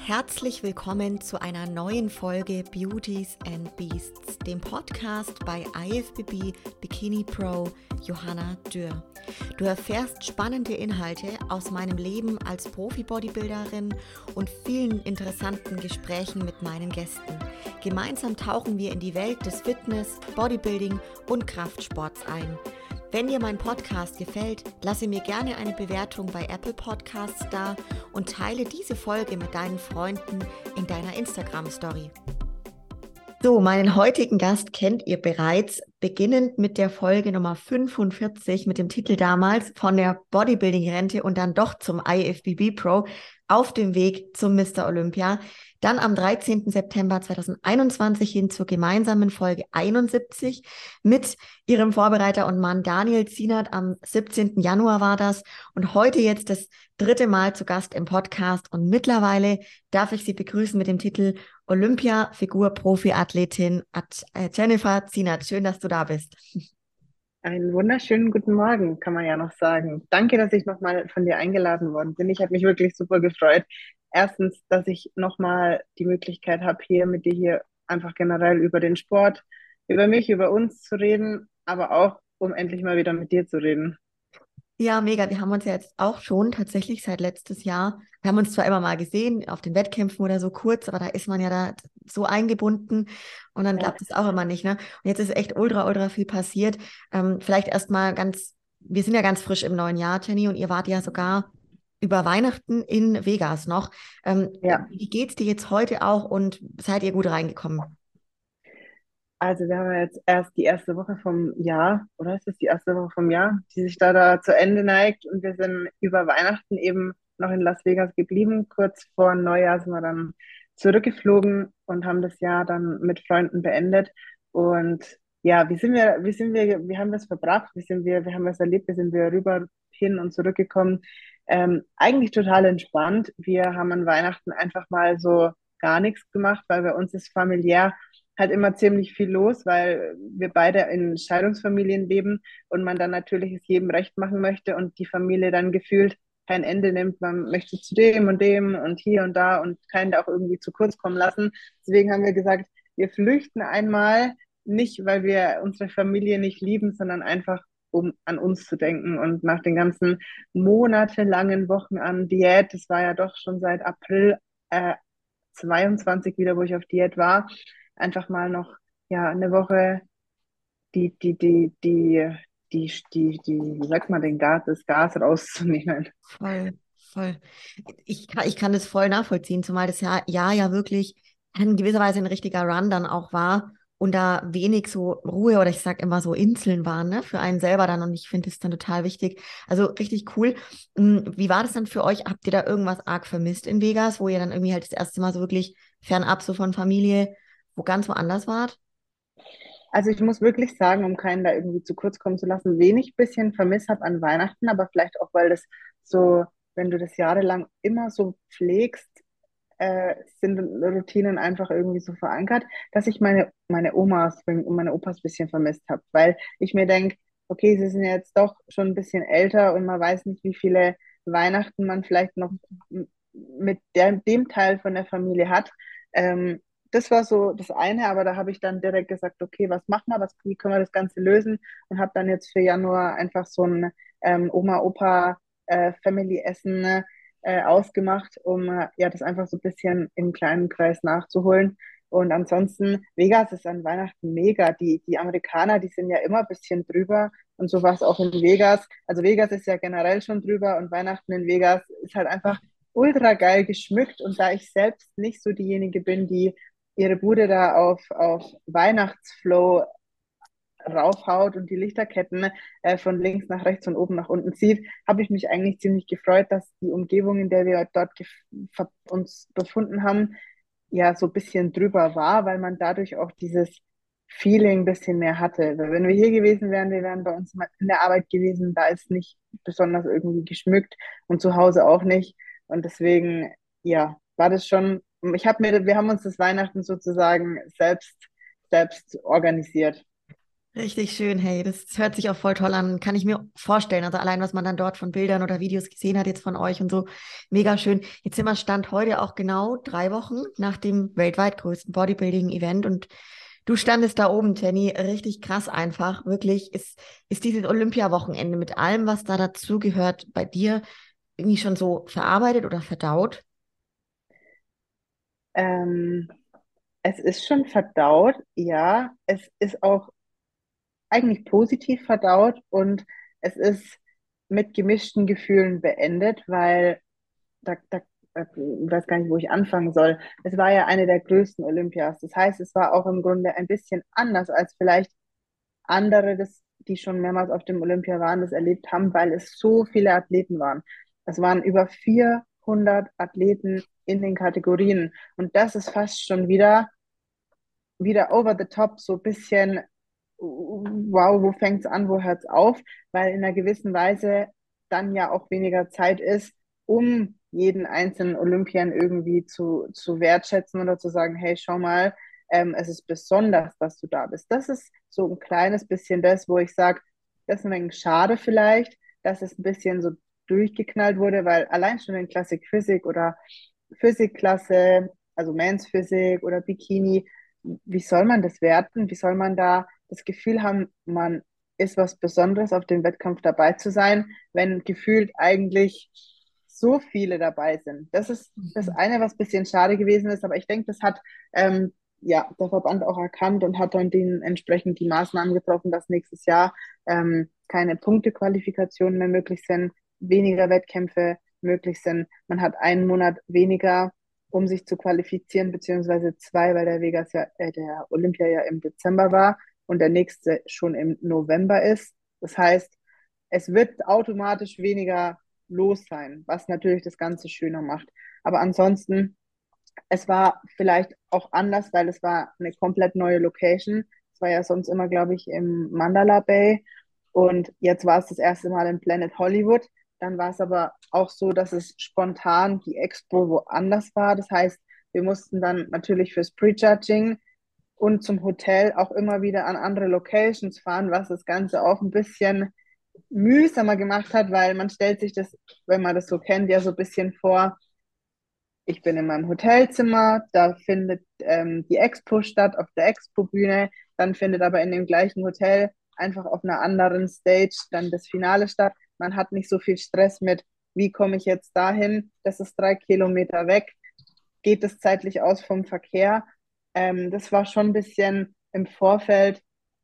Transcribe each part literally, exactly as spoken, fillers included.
Herzlich willkommen zu einer neuen Folge Beauties and Beasts, dem Podcast bei I F B B Bikini Pro Johanna Dürr. Du erfährst spannende Inhalte aus meinem Leben als Profi-Bodybuilderin und vielen interessanten Gesprächen mit meinen Gästen. Gemeinsam tauchen wir in die Welt des Fitness, Bodybuilding und Kraftsports ein. Wenn dir mein Podcast gefällt, lasse mir gerne eine Bewertung bei Apple Podcasts da und teile diese Folge mit deinen Freunden in deiner Instagram-Story. So, meinen heutigen Gast kennt ihr bereits, beginnend mit der Folge Nummer fünfundvierzig mit dem Titel damals von der Bodybuilding-Rente und dann doch zum I F B B Pro auf dem Weg zum Mister Olympia. Dann am dreizehnten September zweitausendeinundzwanzig hin zur gemeinsamen Folge einundsiebzig mit ihrem Vorbereiter und Mann Daniel Zienert. Am siebzehnten Januar war das und heute jetzt das dritte Mal zu Gast im Podcast und mittlerweile darf ich sie begrüßen mit dem Titel Olympia-Figur-Profi-Athletin Jennifer Zienert. Schön, dass du da bist. Einen wunderschönen guten Morgen, kann man ja noch sagen. Danke, dass ich nochmal von dir eingeladen worden bin. Ich habe mich wirklich super gefreut. Erstens, dass ich nochmal die Möglichkeit habe, hier mit dir hier einfach generell über den Sport, über mich, über uns zu reden, aber auch, um endlich mal wieder mit dir zu reden. Ja, mega. Wir haben uns ja jetzt auch schon tatsächlich seit letztes Jahr, wir haben uns zwar immer mal gesehen auf den Wettkämpfen oder so kurz, aber da ist man ja da so eingebunden und dann Ja. klappt es auch immer nicht, ne? Und jetzt ist echt ultra, ultra viel passiert. Ähm, vielleicht erstmal ganz, wir sind ja ganz frisch im neuen Jahr, Jenny, und ihr wart ja sogar über Weihnachten in Vegas noch. Ähm, Ja, wie geht's dir jetzt heute auch und seid ihr gut reingekommen? also wir haben ja jetzt erst die erste Woche vom Jahr, oder ist es die erste Woche vom Jahr, die sich da, da zu Ende neigt und wir sind über Weihnachten eben noch in Las Vegas geblieben. Kurz vor Neujahr sind wir dann zurückgeflogen und haben das Jahr dann mit Freunden beendet. Und ja, wie sind wir, wie sind wir, wie haben wir es verbracht? Wie sind wir, wie haben wir es erlebt? Wie sind wir rüber, hin und zurückgekommen? Ähm, eigentlich total entspannt. Wir haben an Weihnachten einfach mal so gar nichts gemacht, weil bei uns ist familiär halt immer ziemlich viel los, weil wir beide in Scheidungsfamilien leben und man dann natürlich es jedem recht machen möchte und die Familie dann gefühlt kein Ende nimmt. Man möchte zu dem und dem und hier und da und keinen da auch irgendwie zu kurz kommen lassen. Deswegen haben wir gesagt, wir flüchten einmal nicht, weil wir unsere Familie nicht lieben, sondern einfach um an uns zu denken. Und nach den ganzen monatelangen Wochen an Diät, das war ja doch schon seit April äh, zweiundzwanzig wieder, wo ich auf Diät war, einfach mal noch ja eine Woche die die die die die die die wie sagt man den Gas das Gas rauszunehmen. Voll, voll. Ich kann, ich kann das voll nachvollziehen, zumal das Jahr, Jahr ja wirklich in gewisser Weise ein richtiger Run dann auch war und da wenig so Ruhe oder ich sag immer so Inseln waren, ne, für einen selber dann und ich finde das dann total wichtig. Also richtig cool. Hm, Wie war das dann für euch? Habt ihr da irgendwas arg vermisst in Vegas, wo ihr dann irgendwie halt das erste Mal so wirklich fernab so von Familie, wo ganz woanders wart? Also ich muss wirklich sagen, um keinen da irgendwie zu kurz kommen zu lassen, wen ich ein bisschen vermisst habe an Weihnachten, aber vielleicht auch, weil das so, wenn du das jahrelang immer so pflegst, äh, sind Routinen einfach irgendwie so verankert, dass ich meine, meine Omas und meine Opas ein bisschen vermisst habe, weil ich mir denke, okay, sie sind jetzt doch schon ein bisschen älter und man weiß nicht, wie viele Weihnachten man vielleicht noch m- mit der, dem Teil von der Familie hat. Ähm, Das war so das eine, aber da habe ich dann direkt gesagt, okay, was machen wir, was, wie können wir das Ganze lösen und habe dann jetzt für Januar einfach so ein ähm, Oma-Opa äh, Family-Essen äh, ausgemacht, um äh, ja das einfach so ein bisschen im kleinen Kreis nachzuholen. Und ansonsten, Vegas ist an Weihnachten mega. Die, die Amerikaner, die sind ja immer ein bisschen drüber und so war es auch in Vegas. Also Vegas ist ja generell schon drüber und Weihnachten in Vegas ist halt einfach ultra geil geschmückt. Und da ich selbst nicht so diejenige bin, die ihre Bude da auf, auf Weihnachtsflow raufhaut und die Lichterketten äh, von links nach rechts und oben nach unten zieht, habe ich mich eigentlich ziemlich gefreut, dass die Umgebung, in der wir dort uns befunden haben, ja so ein bisschen drüber war, weil man dadurch auch dieses Feeling ein bisschen mehr hatte. Weil wenn wir hier gewesen wären, wir wären bei uns in der Arbeit gewesen, da ist nicht besonders irgendwie geschmückt und zu Hause auch nicht. Und deswegen, ja, war das schon, ich habe mir, wir haben uns das Weihnachten sozusagen selbst, selbst organisiert. Richtig schön, hey, das hört sich auch voll toll an, kann ich mir vorstellen. Also allein, was man dann dort von Bildern oder Videos gesehen hat, jetzt von euch und so, mega schön. Jetzt sind wir Stand heute auch genau drei Wochen nach dem weltweit größten Bodybuilding-Event und du standest da oben, Jenny, richtig krass einfach. Wirklich, ist, ist dieses Olympia-Wochenende mit allem, was da dazugehört, bei dir irgendwie schon so verarbeitet oder verdaut? Ähm, Es ist schon verdaut, ja. Es ist auch eigentlich positiv verdaut und es ist mit gemischten Gefühlen beendet, weil da, da, äh, ich weiß gar nicht, wo ich anfangen soll. Es war ja eine der größten Olympias. Das heißt, es war auch im Grunde ein bisschen anders als vielleicht andere, das, die schon mehrmals auf dem Olympia waren, das erlebt haben, weil es so viele Athleten waren. Es waren über vierhundert Athleten in den Kategorien. Und das ist fast schon wieder, wieder over the top, so ein bisschen, wow, wo fängt's an, wo hört's auf? Weil in einer gewissen Weise dann ja auch weniger Zeit ist, um jeden einzelnen Olympian irgendwie zu, zu wertschätzen oder zu sagen, hey, schau mal, ähm, es ist besonders, dass du da bist. Das ist so ein kleines bisschen das, wo ich sage, das ist ein wenig schade vielleicht, dass es ein bisschen so durchgeknallt wurde, weil allein schon in Klassik Physik oder Physikklasse, also Men's Physik oder Bikini, wie soll man das werten? Wie soll man da das Gefühl haben, man ist was Besonderes, auf dem Wettkampf dabei zu sein, wenn gefühlt eigentlich so viele dabei sind? Das ist das Mhm. eine, was ein bisschen schade gewesen ist, aber ich denke, das hat ähm, ja, der Verband auch erkannt und hat dann den entsprechend die Maßnahmen getroffen, dass nächstes Jahr ähm, keine Punktequalifikationen mehr möglich sind, weniger Wettkämpfe möglich sind. Man hat einen Monat weniger, um sich zu qualifizieren, beziehungsweise zwei, weil der Vegas ja, äh, der Olympia ja im Dezember war und der nächste schon im November ist. Das heißt, es wird automatisch weniger los sein, was natürlich das Ganze schöner macht. Aber ansonsten, es war vielleicht auch anders, weil es war eine komplett neue Location. Es war ja sonst immer, glaube ich, im Mandala Bay. Und jetzt war es das erste Mal im Planet Hollywood. Dann war es aber auch so, dass es spontan die Expo woanders war. Das heißt, wir mussten dann natürlich fürs Prejudging und zum Hotel auch immer wieder an andere Locations fahren, was das Ganze auch ein bisschen mühsamer gemacht hat, weil man stellt sich das, wenn man das so kennt, ja so ein bisschen vor, ich bin in meinem Hotelzimmer, da findet ähm, die Expo statt, auf der Expo-Bühne, dann findet aber in dem gleichen Hotel einfach auf einer anderen Stage dann das Finale statt. Man hat nicht so viel Stress mit, wie komme ich jetzt dahin, das ist drei Kilometer weg, geht es zeitlich aus vom Verkehr. Ähm, das war schon ein bisschen im Vorfeld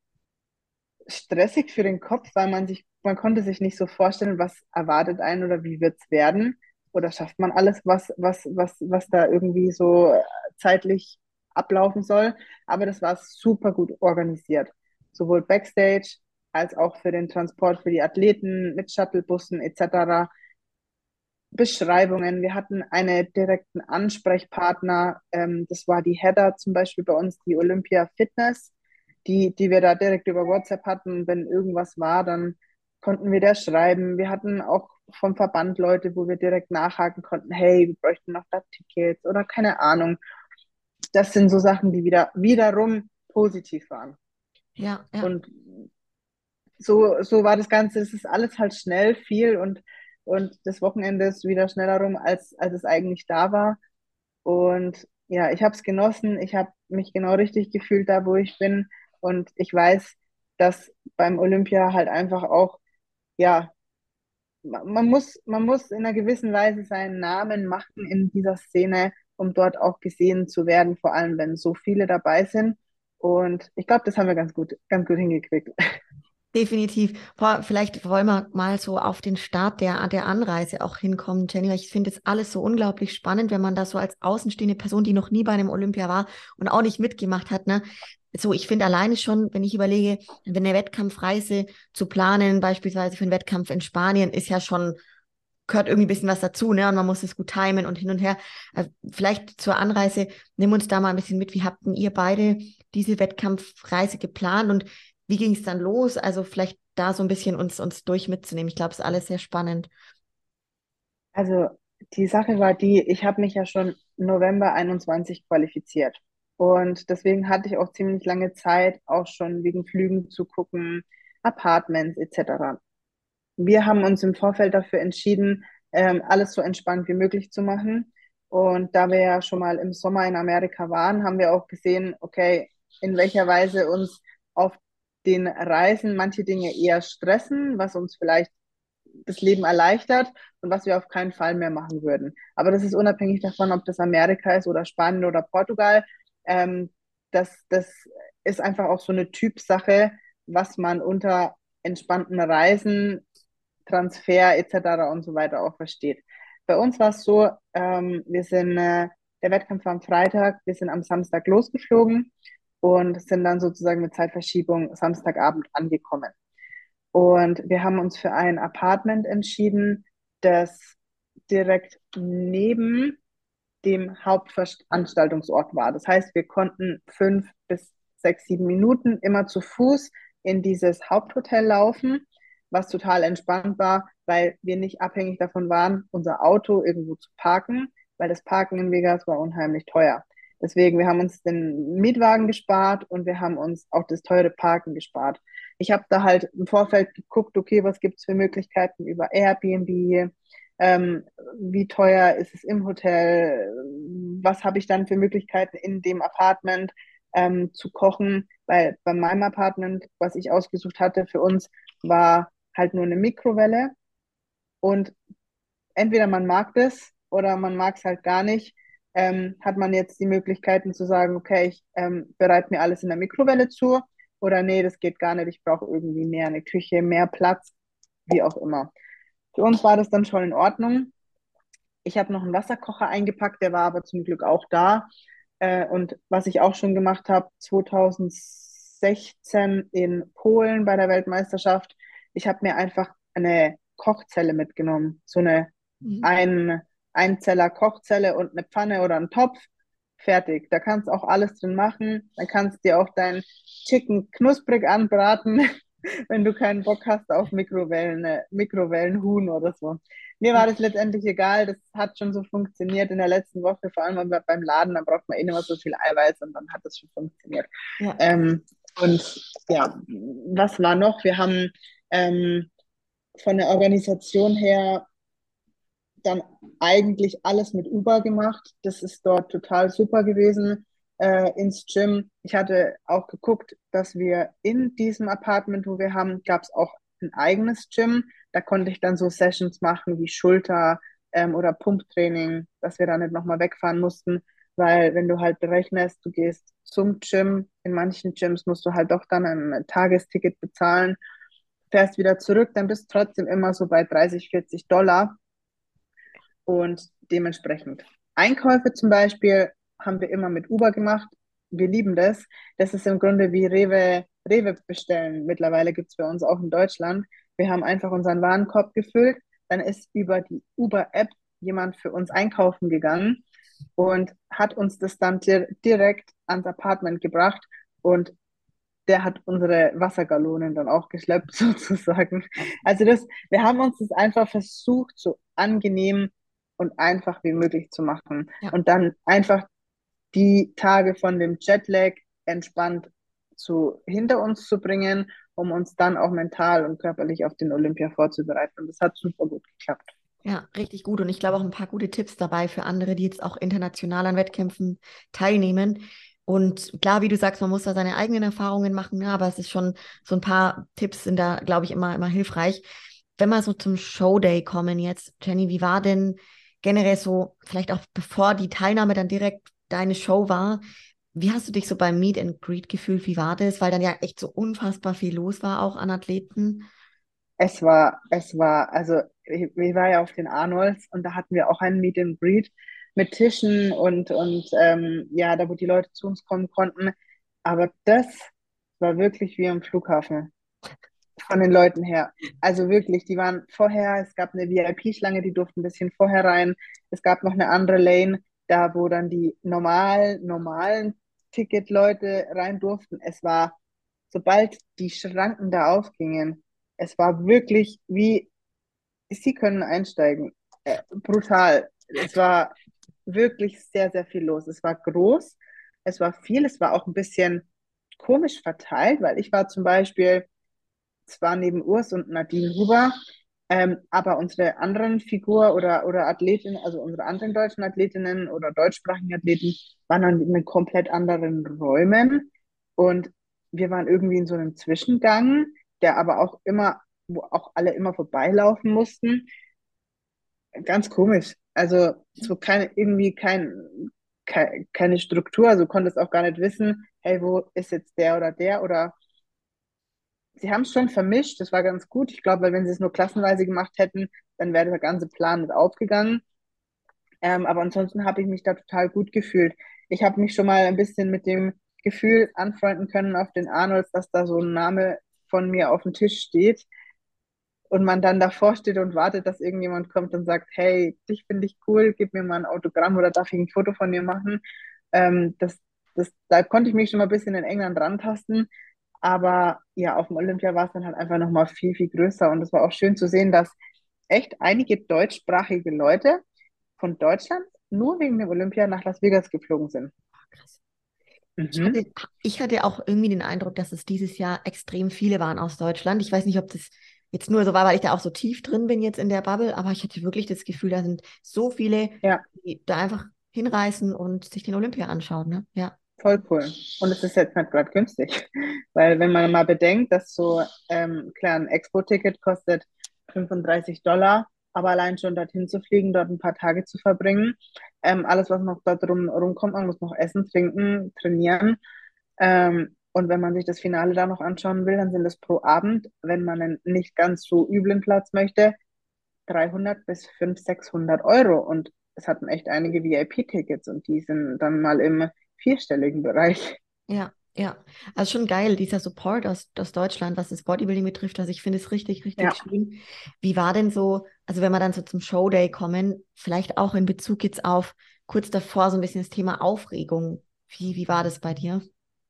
stressig für den Kopf, weil man sich, man konnte sich nicht so vorstellen, was erwartet einen oder wie wird es werden. Oder schafft man alles, was, was, was, was da irgendwie so zeitlich ablaufen soll. Aber das war super gut organisiert. Sowohl Backstage als auch für den Transport für die Athleten mit Shuttlebussen et cetera. Beschreibungen. Wir hatten einen direkten Ansprechpartner. Ähm, das war die Heather zum Beispiel bei uns, die Olympia Fitness, die, die wir da direkt über WhatsApp hatten. Wenn irgendwas war, dann konnten wir das schreiben. Wir hatten auch vom Verband Leute, wo wir direkt nachhaken konnten, hey, wir bräuchten noch da Tickets oder keine Ahnung. Das sind so Sachen, die wieder wiederum positiv waren. Ja, ja. Und so, so war das Ganze. Es ist alles halt schnell, viel und, und das Wochenende ist wieder schneller rum, als, als es eigentlich da war. Und ja, ich habe es genossen. Ich habe mich genau richtig gefühlt da, wo ich bin. Und ich weiß, dass beim Olympia halt einfach auch, ja, ma- man muss, man muss in einer gewissen Weise seinen Namen machen in dieser Szene, um dort auch gesehen zu werden, vor allem wenn so viele dabei sind. Und ich glaube, das haben wir ganz gut, ganz gut hingekriegt. Definitiv. Boah, vielleicht wollen wir mal so auf den Start der, der Anreise auch hinkommen, Jenny, weil ich finde das alles so unglaublich spannend, wenn man da so als außenstehende Person, die noch nie bei einem Olympia war und auch nicht mitgemacht hat, ne? So, ich finde alleine schon, wenn ich überlege, wenn eine Wettkampfreise zu planen, beispielsweise für einen Wettkampf in Spanien, ist ja schon, gehört irgendwie ein bisschen was dazu, ne? Und man muss es gut timen und hin und her. Also vielleicht zur Anreise, nimm uns da mal ein bisschen mit. Wie habt denn ihr beide diese Wettkampfreise geplant und wie ging es dann los? Also vielleicht da so ein bisschen uns, uns durch mitzunehmen. Ich glaube, es ist alles sehr spannend. Also die Sache war die, ich habe mich ja schon November einundzwanzig qualifiziert. Und deswegen hatte ich auch ziemlich lange Zeit, auch schon wegen Flügen zu gucken, Apartments et cetera. Wir haben uns im Vorfeld dafür entschieden, ähm, alles so entspannt wie möglich zu machen. Und da wir ja schon mal im Sommer in Amerika waren, haben wir auch gesehen, okay, in welcher Weise uns auf den Reisen manche Dinge eher stressen, was uns vielleicht das Leben erleichtert und was wir auf keinen Fall mehr machen würden. Aber das ist unabhängig davon, ob das Amerika ist oder Spanien oder Portugal. Ähm, das, das ist einfach auch so eine Typsache, was man unter entspannten Reisen, Transfer et cetera und so weiter auch versteht. Bei uns war es so, ähm, wir sind, äh, der Wettkampf war am Freitag, wir sind am Samstag losgeflogen und sind dann sozusagen mit Zeitverschiebung Samstagabend angekommen. Und wir haben uns für ein Apartment entschieden, das direkt neben dem Hauptveranstaltungsort war. Das heißt, wir konnten fünf bis sechs, sieben Minuten immer zu Fuß in dieses Haupthotel laufen, was total entspannt war, weil wir nicht abhängig davon waren, unser Auto irgendwo zu parken, weil das Parken in Vegas war unheimlich teuer. Deswegen, wir haben uns den Mietwagen gespart und wir haben uns auch das teure Parken gespart. Ich habe da halt im Vorfeld geguckt, okay, was gibt es für Möglichkeiten über Airbnb, ähm, wie teuer ist es im Hotel, was habe ich dann für Möglichkeiten in dem Apartment ähm, zu kochen, weil bei meinem Apartment, was ich ausgesucht hatte für uns, war halt nur eine Mikrowelle und entweder man mag das oder man mag es halt gar nicht. Ähm, hat man jetzt die Möglichkeiten zu sagen, okay, ich ähm, bereite mir alles in der Mikrowelle zu oder nee, das geht gar nicht, ich brauche irgendwie mehr eine Küche, mehr Platz, wie auch immer. Für uns war das dann schon in Ordnung. Ich habe noch einen Wasserkocher eingepackt, der war aber zum Glück auch da. Äh, und was ich auch schon gemacht habe, zwanzig sechzehn in Polen bei der Weltmeisterschaft, ich habe mir einfach eine Kochzelle mitgenommen. So eine Mhm. ein, Einzeller Kochzelle und eine Pfanne oder einen Topf. Fertig. Da kannst du auch alles drin machen. Dann kannst du dir auch dein Chicken knusprig anbraten, wenn du keinen Bock hast auf Mikrowellen, äh, Mikrowellenhuhn oder so. Mir war Ja, das letztendlich egal, das hat schon so funktioniert in der letzten Woche, vor allem beim Laden, da braucht man eh nicht mehr so viel Eiweiß und dann hat das schon funktioniert. ja. Ähm, und ja, was war noch? Wir haben ähm, von der Organisation her dann eigentlich alles mit Uber gemacht. Das ist dort total super gewesen äh, ins Gym. Ich hatte auch geguckt, dass wir in diesem Apartment, wo wir haben, gab es auch ein eigenes Gym. Da konnte ich dann so Sessions machen wie Schulter ähm, oder Pumptraining, dass wir da nicht nochmal wegfahren mussten. Weil wenn du halt berechnest, du gehst zum Gym, in manchen Gyms musst du halt doch dann ein Tagesticket bezahlen, fährst wieder zurück, dann bist du trotzdem immer so bei dreißig, vierzig Dollar und dementsprechend. Einkäufe zum Beispiel haben wir immer mit Uber gemacht. Wir lieben das. Das ist im Grunde wie Rewe, Rewe bestellen. Mittlerweile gibt es bei uns auch in Deutschland. Wir haben einfach unseren Warenkorb gefüllt. Dann ist über die Uber-App jemand für uns einkaufen gegangen und hat uns das dann dir direkt ans Apartment gebracht. Und der hat unsere Wassergalonen dann auch geschleppt, sozusagen. Also das, wir haben uns das einfach versucht, so angenehm und einfach wie möglich zu machen. Ja. Und dann einfach die Tage von dem Jetlag entspannt zu, hinter uns zu bringen, um uns dann auch mental und körperlich auf den Olympia vorzubereiten. Und das hat super gut geklappt. Ja, richtig gut. Und ich glaube auch ein paar gute Tipps dabei für andere, die jetzt auch international an Wettkämpfen teilnehmen. Und klar, wie du sagst, man muss da seine eigenen Erfahrungen machen, ja, aber es ist schon so ein paar Tipps sind da, glaube ich, immer, immer hilfreich. Wenn wir so zum Showday kommen jetzt, Jenny, wie war denn generell so, vielleicht auch bevor die Teilnahme dann direkt deine Show war, wie hast du dich so beim Meet and Greet gefühlt? Wie war das? Weil dann ja echt so unfassbar viel los war, auch an Athleten. Es war, es war, also ich, ich war ja auf den Arnolds und da hatten wir auch ein Meet and Greet mit Tischen und, und ähm, ja, da wo die Leute zu uns kommen konnten. Aber das war wirklich wie am Flughafen von den Leuten her. Also wirklich, die waren vorher, es gab eine V I P-Schlange, die durften ein bisschen vorher rein. Es gab noch eine andere Lane, da wo dann die normal, normalen Ticketleute rein durften. Es war, sobald die Schranken da aufgingen, es war wirklich wie, sie können einsteigen. Äh, brutal. Es war wirklich sehr, sehr viel los. Es war groß. Es war viel, es war auch ein bisschen komisch verteilt, weil ich war zum Beispiel zwar neben Urs und Nadine Huber, ähm, aber unsere anderen Figur oder, oder Athletinnen, also unsere anderen deutschen Athletinnen oder deutschsprachigen Athleten, waren dann in komplett anderen Räumen. Und wir waren irgendwie in so einem Zwischengang, der aber auch immer, wo auch alle immer vorbeilaufen mussten. Ganz komisch. Also so keine, irgendwie kein, kei- keine Struktur, also du konntest auch gar nicht wissen, hey, wo ist jetzt der oder der oder sie haben es schon vermischt, das war ganz gut. Ich glaube, weil wenn sie es nur klassenweise gemacht hätten, dann wäre der ganze Plan nicht aufgegangen. Ähm, aber ansonsten habe ich mich da total gut gefühlt. Ich habe mich schon mal ein bisschen mit dem Gefühl anfreunden können auf den Arnolds, dass da so ein Name von mir auf dem Tisch steht und man dann davor steht und wartet, dass irgendjemand kommt und sagt, hey, dich finde ich cool, gib mir mal ein Autogramm oder darf ich ein Foto von dir machen. Ähm, das, das, da konnte ich mich schon mal ein bisschen in England rantasten. Aber ja, auf dem Olympia war es dann halt einfach nochmal viel, viel größer. Und es war auch schön zu sehen, dass echt einige deutschsprachige Leute von Deutschland nur wegen dem Olympia nach Las Vegas geflogen sind. Krass. Ich Mhm. hatte, ich hatte auch irgendwie den Eindruck, dass es dieses Jahr extrem viele waren aus Deutschland. Ich weiß nicht, ob das jetzt nur so war, weil ich da auch so tief drin bin jetzt in der Bubble, aber ich hatte wirklich das Gefühl, da sind so viele, Ja, die da einfach hinreisen und sich den Olympia anschauen, ne? Ja, voll cool. Und es ist jetzt nicht gerade günstig, weil wenn man mal bedenkt, dass so, ähm, klar, ein Expo-Ticket kostet fünfunddreißig Dollar, aber allein schon dorthin zu fliegen, dort ein paar Tage zu verbringen, ähm, alles, was noch dort rum, rumkommt, man muss noch essen, trinken, trainieren. Ähm, und wenn man sich das Finale da noch anschauen will, dann sind es pro Abend, wenn man einen nicht ganz so üblen Platz möchte, dreihundert bis fünfhundert, sechshundert Euro. Und es hatten echt einige V I P-Tickets und die sind dann mal im vierstelligen Bereich. ja, ja. Also schon geil, dieser Support aus, aus Deutschland, was das Bodybuilding betrifft. Also ich finde es richtig, richtig Ja, schön. Wie war denn so, also wenn wir dann so zum Showday kommen, vielleicht auch in Bezug jetzt auf kurz davor so ein bisschen das Thema Aufregung. Wie, wie war das bei dir?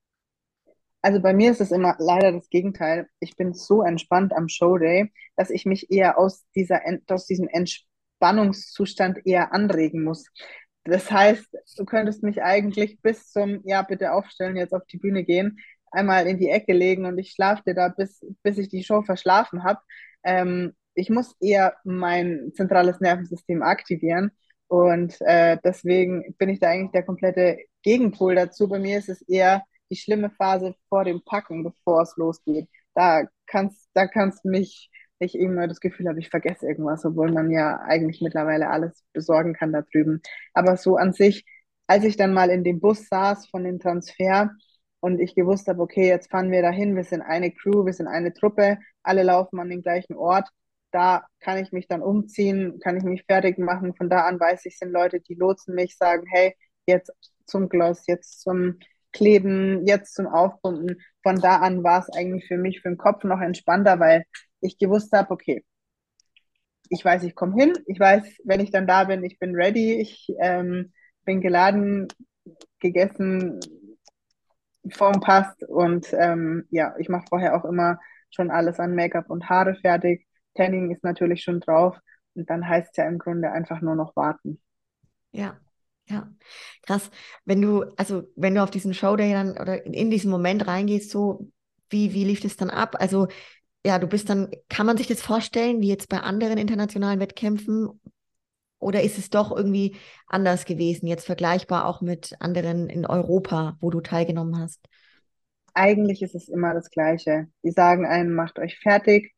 also bei mir ist es immer leider das Gegenteil. Ich bin so entspannt am Showday, dass ich mich eher aus dieser, aus diesem Entspannungszustand eher anregen muss. Das heißt, du könntest mich eigentlich bis zum, ja, bitte aufstellen, jetzt auf die Bühne gehen, einmal in die Ecke legen und ich schlafe dir da, bis, bis ich die Show verschlafen habe. Ähm, ich muss eher mein zentrales Nervensystem aktivieren und äh, deswegen bin ich da eigentlich der komplette Gegenpol dazu. Bei mir ist es eher die schlimme Phase vor dem Packen, bevor es losgeht. Da kannst, da kannst mich ich immer das Gefühl habe, ich vergesse irgendwas, obwohl man ja eigentlich mittlerweile alles besorgen kann da drüben. Aber so an sich, als ich dann mal in dem Bus saß von dem Transfer und ich gewusst habe, okay, jetzt fahren wir dahin, wir sind eine Crew, wir sind eine Truppe, alle laufen an den gleichen Ort, da kann ich mich dann umziehen, kann ich mich fertig machen. Von da an weiß ich, sind Leute, die lotsen mich, sagen, hey, jetzt zum Gloss, jetzt zum Kleben, jetzt zum Aufpumpen. Von da an war es eigentlich für mich, für den Kopf noch entspannter, weil ich gewusst habe, okay, ich weiß, ich komme hin, ich weiß, wenn ich dann da bin, ich bin ready, ich ähm, bin geladen, gegessen, Form passt und ähm, ja, ich mache vorher auch immer schon alles an Make-up und Haare fertig. Tanning ist natürlich schon drauf und dann heißt es ja im Grunde einfach nur noch warten. Ja, ja. Krass. Wenn du, also wenn du auf diesen Showday dann oder in diesen Moment reingehst, so, wie, wie lief das dann ab? Also, ja, du bist dann, kann man sich das vorstellen, wie jetzt bei anderen internationalen Wettkämpfen? Oder ist es doch irgendwie anders gewesen, jetzt vergleichbar auch mit anderen in Europa, wo du teilgenommen hast? Eigentlich ist es immer das Gleiche. Die sagen einem, macht euch fertig.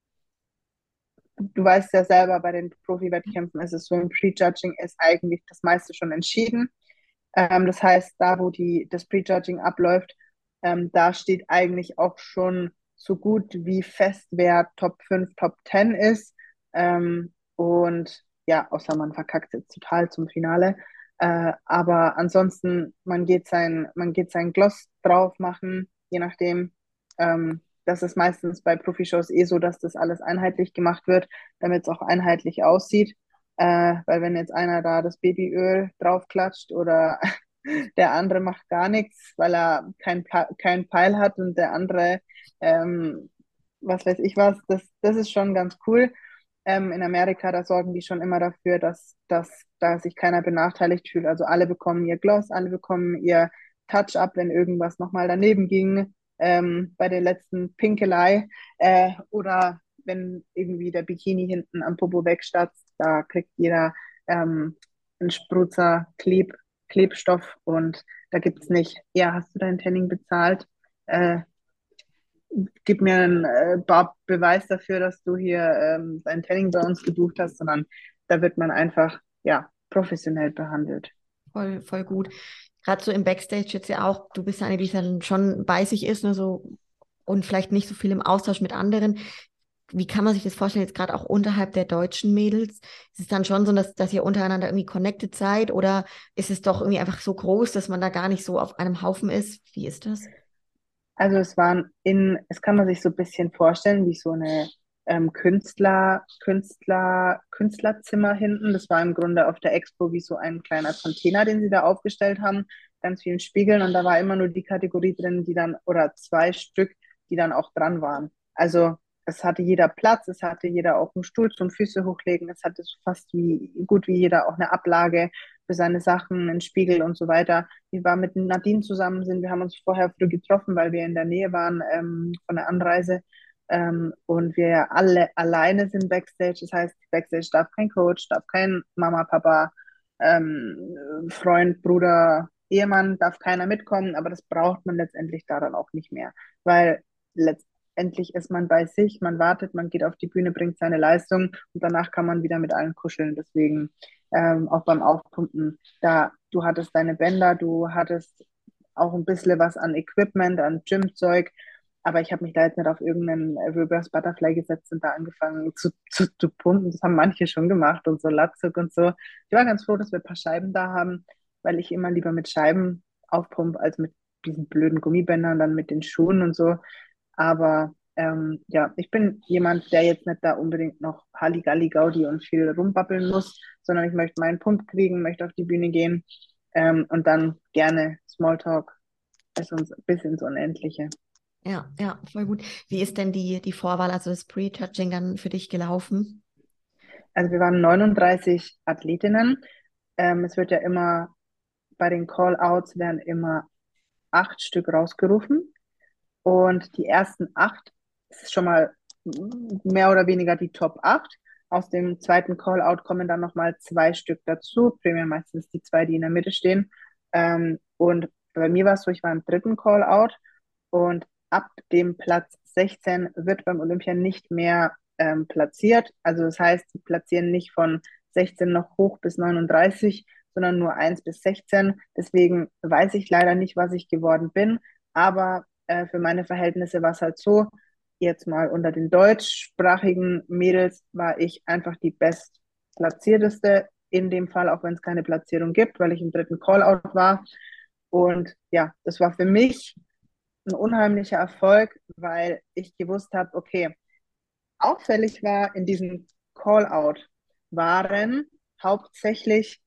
Du weißt ja selber, bei den Profi-Wettkämpfen ist es so, im Prejudging ist eigentlich das meiste schon entschieden. Ähm, das heißt, da, wo die, das Prejudging abläuft, ähm, da steht eigentlich auch schon so gut wie fest, wer Top fünf, Top zehn ist. Ähm, und ja, außer man verkackt jetzt total zum Finale. Äh, aber ansonsten, man geht sein, man geht sein Gloss drauf machen, je nachdem. Ähm, das ist meistens bei Profi-Shows eh so, dass das alles einheitlich gemacht wird, damit es auch einheitlich aussieht. Äh, weil wenn jetzt einer da das Babyöl draufklatscht oder der andere macht gar nichts, weil er kein, kein Peil hat und der andere, ähm, was weiß ich was, das, das ist schon ganz cool. Ähm, in Amerika, da sorgen die schon immer dafür, dass, dass da sich keiner benachteiligt fühlt. Also alle bekommen ihr Gloss, alle bekommen ihr Touch-up, wenn irgendwas nochmal daneben ging, ähm, bei der letzten Pinkelei, äh, oder wenn irgendwie der Bikini hinten am Popo wegstatzt, da kriegt jeder ähm, einen Sprutzer Kleb, Klebstoff und da gibt es nicht, ja, hast du dein Tanning bezahlt? Äh, Gib mir einen äh, Be- Beweis dafür, dass du hier ähm, dein Tanning bei uns gebucht hast, sondern da wird man einfach, ja, professionell behandelt. Voll, voll gut. Gerade so im Backstage jetzt ja auch, du bist ja eine, die dann schon bei sich ist, ne, so, und vielleicht nicht so viel im Austausch mit anderen. Wie kann man sich das vorstellen, jetzt gerade auch unterhalb der deutschen Mädels? Ist es dann schon so, dass, dass ihr untereinander irgendwie connected seid oder ist es doch irgendwie einfach so groß, dass man da gar nicht so auf einem Haufen ist? Wie ist das? Also es waren in, es kann man sich so ein bisschen vorstellen, wie so eine ähm, Künstler, Künstler, Künstlerzimmer hinten. Das war im Grunde auf der Expo wie so ein kleiner Container, den sie da aufgestellt haben, ganz vielen Spiegeln und da war immer nur die Kategorie drin, die dann, oder zwei Stück, die dann auch dran waren. Also es hatte jeder Platz, es hatte jeder auch einen Stuhl zum Füße hochlegen, es hatte so fast wie gut wie jeder auch eine Ablage für seine Sachen, einen Spiegel und so weiter. Ich war mit Nadine zusammen, sind, wir haben uns vorher früh getroffen, weil wir in der Nähe waren ähm, von der Anreise. Ähm, und wir ja alle alleine sind Backstage. Das heißt, Backstage darf kein Coach, darf kein Mama, Papa, ähm, Freund, Bruder, Ehemann, darf keiner mitkommen, aber das braucht man letztendlich daran auch nicht mehr, weil letztendlich ist man bei sich, man wartet, man geht auf die Bühne, bringt seine Leistung und danach kann man wieder mit allen kuscheln. Deswegen ähm, auch beim Aufpumpen, da du hattest deine Bänder, du hattest auch ein bisschen was an Equipment, an Gymzeug, aber ich habe mich da jetzt nicht auf irgendeinen Reverse Butterfly gesetzt und da angefangen zu, zu, zu pumpen. Das haben manche schon gemacht und so Latzug und so. Ich war ganz froh, dass wir ein paar Scheiben da haben, weil ich immer lieber mit Scheiben aufpumpe als mit diesen blöden Gummibändern, dann mit den Schuhen und so. Aber ähm, ja, ich bin jemand, der jetzt nicht da unbedingt noch Halligalli Gaudi und viel rumbabbeln muss, sondern ich möchte meinen Pump kriegen, möchte auf die Bühne gehen ähm, und dann gerne Smalltalk bis, uns, bis ins Unendliche. Ja, ja, voll gut. Wie ist denn die, die Vorwahl, also das Pre-Judging dann für dich gelaufen? Also wir waren neununddreißig Athletinnen. Ähm, es wird ja immer, bei den Call-Outs werden immer acht Stück rausgerufen. Und die ersten acht ist schon mal mehr oder weniger die Top acht. Aus dem zweiten Call-Out kommen dann nochmal zwei Stück dazu. Primär meistens die zwei, die in der Mitte stehen. Ähm, und bei mir war es so, ich war im dritten Call-Out und ab dem Platz sechzehn wird beim Olympia nicht mehr ähm, platziert. Also das heißt, sie platzieren nicht von sechzehn noch hoch bis neununddreißig, sondern nur eins bis sechzehn. Deswegen weiß ich leider nicht, was ich geworden bin. Aber äh, für meine Verhältnisse war es halt so, jetzt mal unter den deutschsprachigen Mädels war ich einfach die bestplatzierteste in dem Fall, auch wenn es keine Platzierung gibt, weil ich im dritten Callout war. Und ja, das war für mich ein unheimlicher Erfolg, weil ich gewusst habe, okay, auffällig war in diesem Callout waren hauptsächlich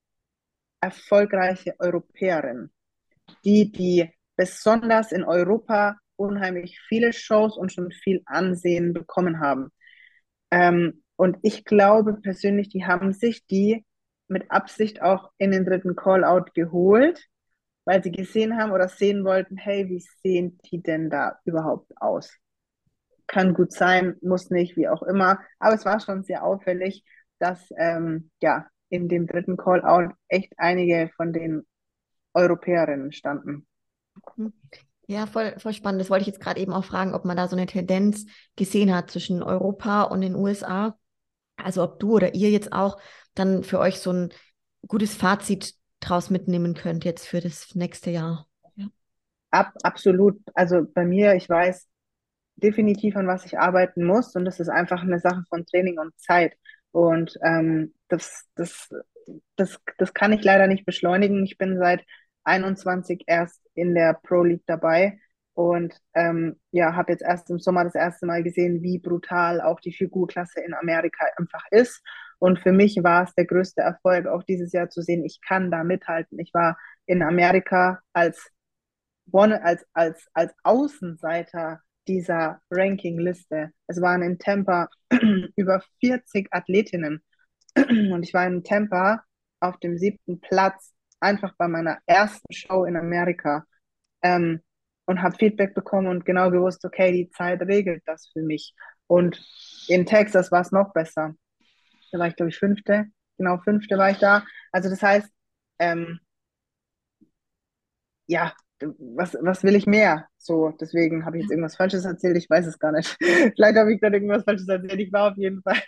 erfolgreiche Europäerinnen, die, die besonders in Europa unheimlich viele Shows und schon viel Ansehen bekommen haben. Ähm, und ich glaube persönlich, die haben sich die mit Absicht auch in den dritten Call-Out geholt, weil sie gesehen haben oder sehen wollten, hey, wie sehen die denn da überhaupt aus? Kann gut sein, muss nicht, wie auch immer. Aber es war schon sehr auffällig, dass ähm, ja in dem dritten Call-Out echt einige von den Europäerinnen standen. Hm. Ja, voll, voll spannend. Das wollte ich jetzt gerade eben auch fragen, ob man da so eine Tendenz gesehen hat zwischen Europa und den U S A. Also ob du oder ihr jetzt auch dann für euch so ein gutes Fazit draus mitnehmen könnt jetzt für das nächste Jahr. Ja. Ab, absolut. Also bei mir, ich weiß definitiv, an was ich arbeiten muss und das ist einfach eine Sache von Training und Zeit. Und ähm, das, das, das, das kann ich leider nicht beschleunigen. Ich bin seit einundzwanzig erst in der Pro League dabei und ähm, ja, habe jetzt erst im Sommer das erste Mal gesehen, wie brutal auch die Figurklasse in Amerika einfach ist. Und für mich war es der größte Erfolg, auch dieses Jahr zu sehen, ich kann da mithalten. Ich war in Amerika als One, als, als, als Außenseiter dieser Rankingliste. Es waren in Tampa über vierzig Athletinnen und ich war in Tampa auf dem siebten Platz, einfach bei meiner ersten Show in Amerika. ähm, und habe Feedback bekommen und genau gewusst, okay, die Zeit regelt das für mich. Und in Texas war es noch besser. Da war ich, glaube ich, fünfte. Genau, fünfte war ich da. Also das heißt, ähm, ja, was, was will ich mehr? So, deswegen habe ich jetzt irgendwas Falsches erzählt, ich weiß es gar nicht. Vielleicht habe ich dann irgendwas Falsches erzählt. Ich war auf jeden Fall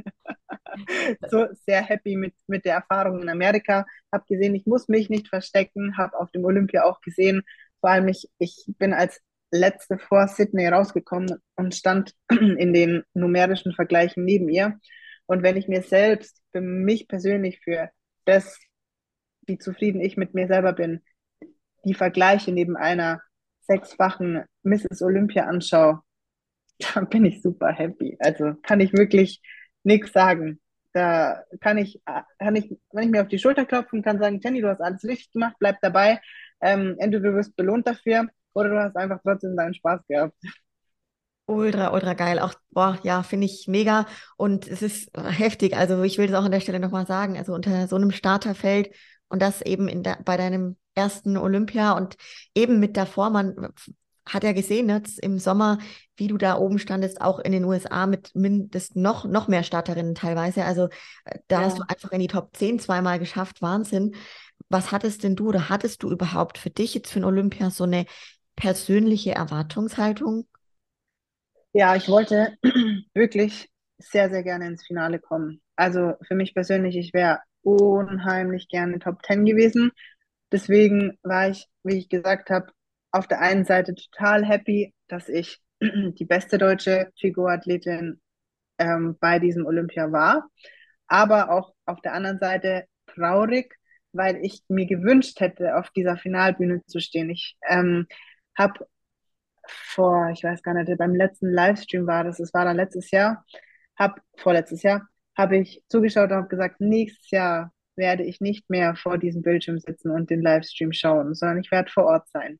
so sehr happy mit, mit der Erfahrung in Amerika. Habe gesehen, ich muss mich nicht verstecken, habe auf dem Olympia auch gesehen, vor allem ich, ich bin als letzte vor Sydney rausgekommen und stand in den numerischen Vergleichen neben ihr. Und wenn ich mir selbst, für mich persönlich, für das, wie zufrieden ich mit mir selber bin, die Vergleiche neben einer sechsfachen Misses Olympia anschaue, da bin ich super happy. Also kann ich wirklich nichts sagen. Da kann ich, kann ich, wenn ich mir auf die Schulter klopfen kann, sagen, Jenny, du hast alles richtig gemacht, bleib dabei. Ähm, entweder du wirst belohnt dafür oder du hast einfach trotzdem deinen Spaß gehabt. Ultra, ultra geil. Auch, boah, ja, finde ich mega. Und es ist heftig. Also ich will es auch an der Stelle nochmal sagen. Also unter so einem Starterfeld und das eben in der, bei deinem ersten Olympia und eben mit davor, man hat ja gesehen, ne, jetzt im Sommer, wie du da oben standest, auch in den U S A mit mindestens noch, noch mehr Starterinnen teilweise. Also äh, da hast du Ja. einfach in die Top zehn zweimal geschafft. Wahnsinn. Was hattest denn du oder hattest du überhaupt für dich jetzt für ein Olympia so eine persönliche Erwartungshaltung? Ja, ich wollte wirklich sehr, sehr gerne ins Finale kommen. Also für mich persönlich, ich wäre unheimlich gerne Top Ten gewesen. Deswegen war ich, wie ich gesagt habe, auf der einen Seite total happy, dass ich die beste deutsche Figurathletin ähm, bei diesem Olympia war, aber auch auf der anderen Seite traurig, weil ich mir gewünscht hätte, auf dieser Finalbühne zu stehen. Ich ähm, habe vor, ich weiß gar nicht, beim letzten Livestream war das, es war dann letztes Jahr, hab, vorletztes Jahr, habe ich zugeschaut und habe gesagt, nächstes Jahr werde ich nicht mehr vor diesem Bildschirm sitzen und den Livestream schauen, sondern ich werde vor Ort sein.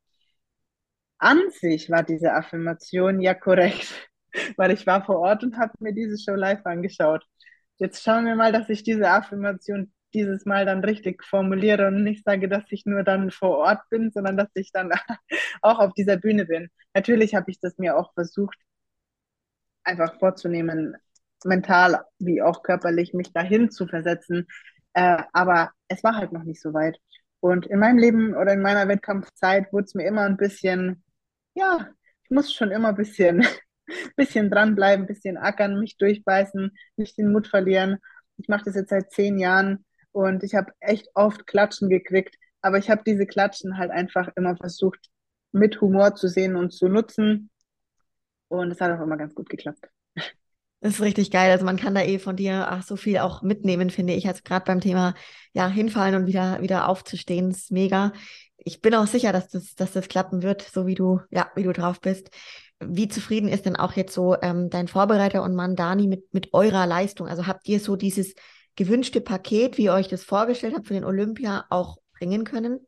An sich war diese Affirmation ja korrekt, weil ich war vor Ort und habe mir diese Show live angeschaut. Jetzt schauen wir mal, dass ich diese Affirmation dieses Mal dann richtig formuliere und nicht sage, dass ich nur dann vor Ort bin, sondern dass ich dann auch auf dieser Bühne bin. Natürlich habe ich das mir auch versucht, einfach vorzunehmen, mental wie auch körperlich mich dahin zu versetzen. Äh, aber es war halt noch nicht so weit. Und in meinem Leben oder in meiner Wettkampfzeit wurde es mir immer ein bisschen, ja, ich muss schon immer ein bisschen, bisschen dranbleiben, ein bisschen ackern, mich durchbeißen, nicht den Mut verlieren. Ich mache das jetzt seit zehn Jahren und ich habe echt oft Klatschen gekriegt, aber ich habe diese Klatschen halt einfach immer versucht, mit Humor zu sehen und zu nutzen. Und es hat auch immer ganz gut geklappt. Das ist richtig geil. Also man kann da eh von dir ach, so viel auch mitnehmen, finde ich. Also gerade beim Thema ja, hinfallen und wieder, wieder aufzustehen, ist mega. Ich bin auch sicher, dass das, dass das klappen wird, so wie du, ja, wie du drauf bist. Wie zufrieden ist denn auch jetzt so ähm, dein Vorbereiter und Mann Dani mit, mit eurer Leistung? Also habt ihr so dieses gewünschte Paket, wie ihr euch das vorgestellt habt für den Olympia, auch bringen können?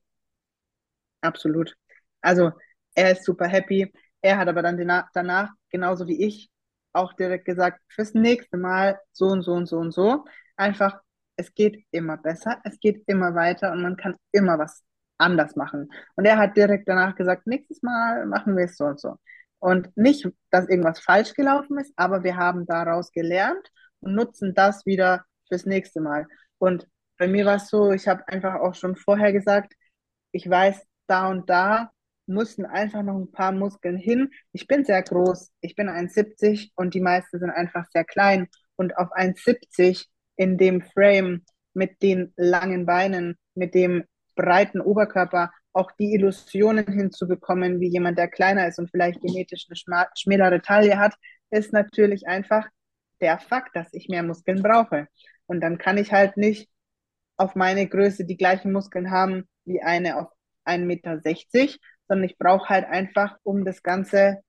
Absolut. Also er ist super happy. Er hat aber dann dena- danach, genauso wie ich, auch direkt gesagt, fürs nächste Mal so und so und so und so. Einfach, es geht immer besser, es geht immer weiter und man kann immer was anders machen. Und er hat direkt danach gesagt, nächstes Mal machen wir es so und so. Und nicht, dass irgendwas falsch gelaufen ist, aber wir haben daraus gelernt und nutzen das wieder fürs nächste Mal. Und bei mir war es so, ich habe einfach auch schon vorher gesagt, ich weiß, da und da mussten einfach noch ein paar Muskeln hin. Ich bin sehr groß, ich bin eins Komma siebzig und die meisten sind einfach sehr klein. Und auf eins Komma siebzig in dem Frame mit den langen Beinen, mit dem breiten Oberkörper auch die Illusionen hinzubekommen, wie jemand, der kleiner ist und vielleicht genetisch eine schma- schmälere Taille hat, ist natürlich einfach der Fakt, dass ich mehr Muskeln brauche. Und dann kann ich halt nicht auf meine Größe die gleichen Muskeln haben wie eine auf ein Meter sechzig, sondern ich brauche halt einfach, um das Ganze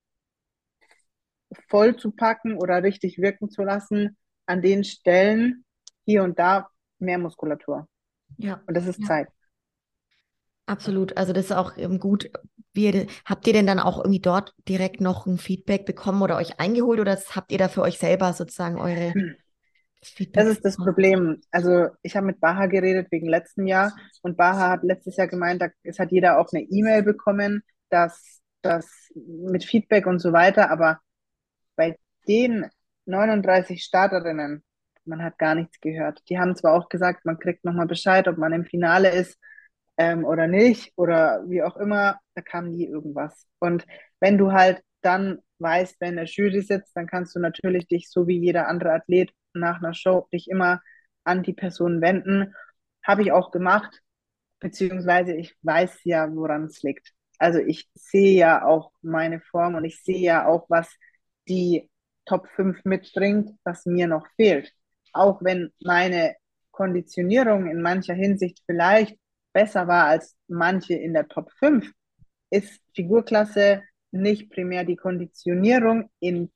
voll zu packen oder richtig wirken zu lassen, an den Stellen hier und da mehr Muskulatur. Ja. Und das ist Ja. Zeit. Absolut. Also das ist auch ähm, gut. Wie, ihr- habt ihr denn dann auch irgendwie dort direkt noch ein Feedback bekommen oder euch eingeholt oder habt ihr da für euch selber sozusagen eure Das Feedbacks ist das bekommen? Problem. Also ich habe mit Baha geredet wegen letztem Jahr und Baha hat letztes Jahr gemeint, da- es hat jeder auch eine E-Mail bekommen dass das mit Feedback und so weiter, aber bei den neununddreißig Starterinnen, man hat gar nichts gehört. Die haben zwar auch gesagt, man kriegt nochmal Bescheid, ob man im Finale ist ähm, oder nicht oder wie auch immer, da kam nie irgendwas. Und wenn du halt dann weißt, wer in der Jury sitzt, dann kannst du natürlich dich, so wie jeder andere Athlet nach einer Show, dich immer an die Person wenden. Habe ich auch gemacht, beziehungsweise ich weiß ja, woran es liegt. Also ich sehe ja auch meine Form und ich sehe ja auch, was die Top fünf mitbringt, was mir noch fehlt. Auch wenn meine Konditionierung in mancher Hinsicht vielleicht besser war als manche in der Top fünf, ist Figurklasse nicht primär die Konditionierung in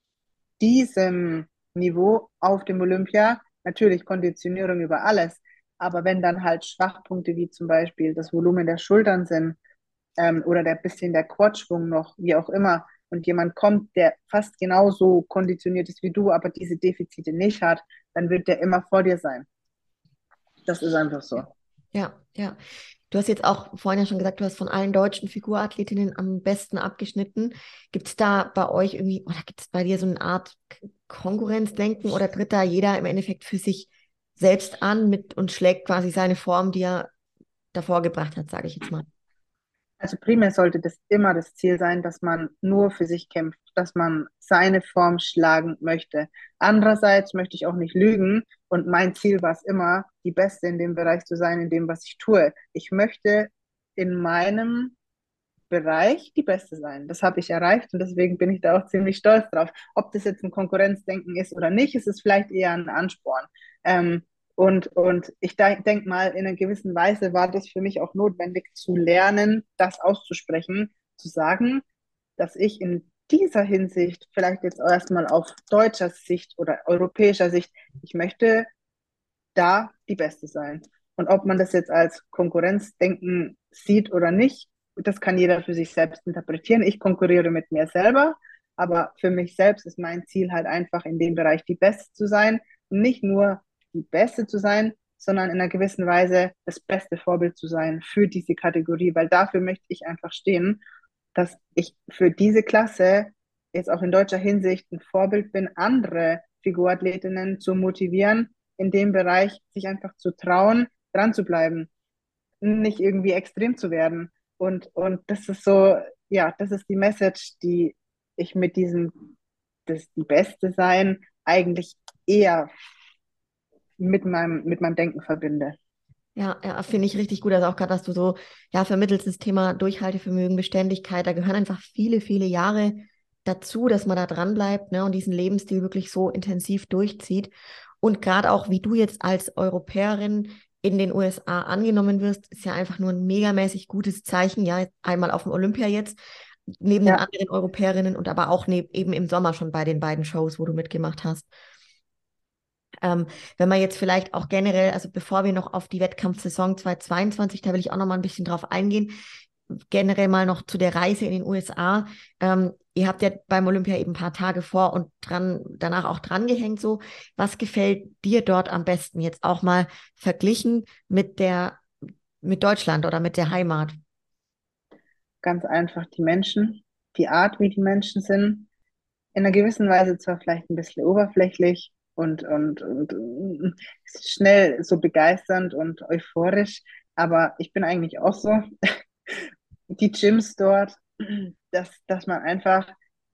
diesem Niveau auf dem Olympia. Natürlich Konditionierung über alles, aber wenn dann halt Schwachpunkte wie zum Beispiel das Volumen der Schultern sind ähm, oder der bisschen der Quadschwung noch, wie auch immer, und jemand kommt, der fast genauso konditioniert ist wie du, aber diese Defizite nicht hat, dann wird der immer vor dir sein. Das ist einfach so. Ja, ja. Du hast jetzt auch vorhin ja schon gesagt, du hast von allen deutschen Figurathletinnen am besten abgeschnitten. Gibt es da bei euch irgendwie, oder gibt es bei dir so eine Art K- Konkurrenzdenken oder tritt da jeder im Endeffekt für sich selbst an mit und schlägt quasi seine Form, die er davor gebracht hat, sage ich jetzt mal? Also primär sollte das immer das Ziel sein, dass man nur für sich kämpft, dass man seine Form schlagen möchte. Andererseits möchte ich auch nicht lügen und mein Ziel war es immer, die Beste in dem Bereich zu sein, in dem, was ich tue. Ich möchte in meinem Bereich die Beste sein. Das habe ich erreicht und deswegen bin ich da auch ziemlich stolz drauf. Ob das jetzt ein Konkurrenzdenken ist oder nicht, ist es vielleicht eher ein Ansporn. Ähm, und, und ich denke mal, in einer gewissen Weise war das für mich auch notwendig zu lernen, das auszusprechen, zu sagen, dass ich in dieser Hinsicht, vielleicht jetzt erstmal auf deutscher Sicht oder europäischer Sicht, ich möchte da die Beste sein. Und ob man das jetzt als Konkurrenzdenken sieht oder nicht, das kann jeder für sich selbst interpretieren. Ich konkurriere mit mir selber, aber für mich selbst ist mein Ziel halt einfach in dem Bereich die Beste zu sein. Nicht nur die Beste zu sein, sondern in einer gewissen Weise das beste Vorbild zu sein für diese Kategorie, weil dafür möchte ich einfach stehen, dass ich für diese Klasse jetzt auch in deutscher Hinsicht ein Vorbild bin, andere Figurathletinnen zu motivieren, in dem Bereich sich einfach zu trauen, dran zu bleiben, nicht irgendwie extrem zu werden. Und, und das ist so, ja, das ist die Message, die ich mit diesem, das die Beste sein, eigentlich eher mit meinem, mit meinem Denken verbinde. Ja, ja, finde ich richtig gut. Also auch gerade, dass du so, ja, vermittelst das Thema Durchhaltevermögen, Beständigkeit. Da gehören einfach viele, viele Jahre dazu, dass man da dran bleibt, ne, und diesen Lebensstil wirklich so intensiv durchzieht. Und gerade auch, wie du jetzt als Europäerin in den U S A angenommen wirst, ist ja einfach nur ein megamäßig gutes Zeichen. Ja, einmal auf dem Olympia jetzt, neben den Ja, anderen Europäerinnen und aber auch neb, eben im Sommer schon bei den beiden Shows, wo du mitgemacht hast. Ähm, wenn man jetzt vielleicht auch generell, also bevor wir noch auf die Wettkampfsaison zweitausendzweiundzwanzig, da will ich auch noch mal ein bisschen drauf eingehen, generell mal noch zu der Reise in den U S A. Ähm, ihr habt ja beim Olympia eben ein paar Tage vor und dran, danach auch dran gehängt so. Was gefällt dir dort am besten jetzt auch mal verglichen mit der, mit Deutschland oder mit der Heimat? ganz einfach die Menschen, die Art, wie die Menschen sind, in einer gewissen Weise zwar vielleicht ein bisschen oberflächlich und, und, und, und schnell so begeisternd und euphorisch, aber ich bin eigentlich auch so. Die Gyms dort, dass, dass man einfach,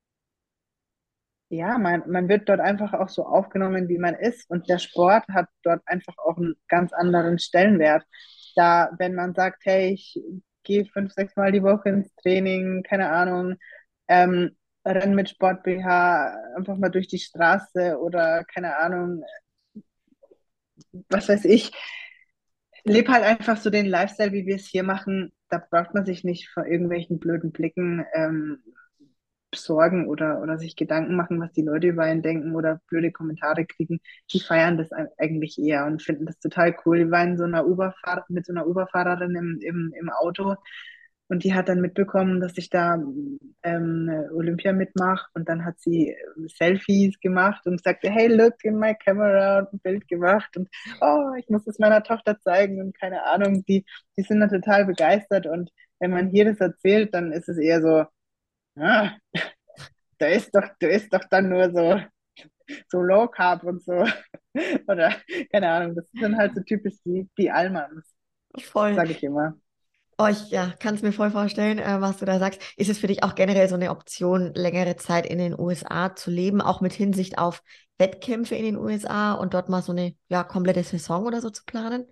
ja, man, man wird dort einfach auch so aufgenommen, wie man ist und der Sport hat dort einfach auch einen ganz anderen Stellenwert. Da, wenn man sagt, hey, ich gehe fünf, sechs Mal die Woche ins Training, keine Ahnung, ähm, renn mit Sport-B H einfach mal durch die Straße oder keine Ahnung, was weiß ich, leb halt einfach so den Lifestyle, wie wir es hier machen. Da braucht man sich nicht vor irgendwelchen blöden Blicken ähm, sorgen oder, oder sich Gedanken machen, was die Leute über einen denken oder blöde Kommentare kriegen. Die feiern das eigentlich eher und finden das total cool. Wir waren in so einer Uberfahr mit so einer Uberfahrerin im, im, im Auto und die hat dann mitbekommen, dass ich da ähm, Olympia mitmache und dann hat sie ähm, Selfies gemacht und sagte, hey, look in my camera und ein Bild gemacht und oh, ich muss es meiner Tochter zeigen und keine Ahnung, die, die sind dann total begeistert und wenn man hier das erzählt, dann ist es eher so, ah, da ist doch, da ist doch dann nur so, so Low Carb und so. Oder keine Ahnung, das sind halt so typisch die, die Allmanns, Voll. sage ich immer. Oh, ich ja, kann es mir voll vorstellen, äh, was du da sagst. Ist es für dich auch generell so eine Option, längere Zeit in den U S A zu leben, auch mit Hinsicht auf Wettkämpfe in den U S A und dort mal so eine ja, komplette Saison oder so zu planen?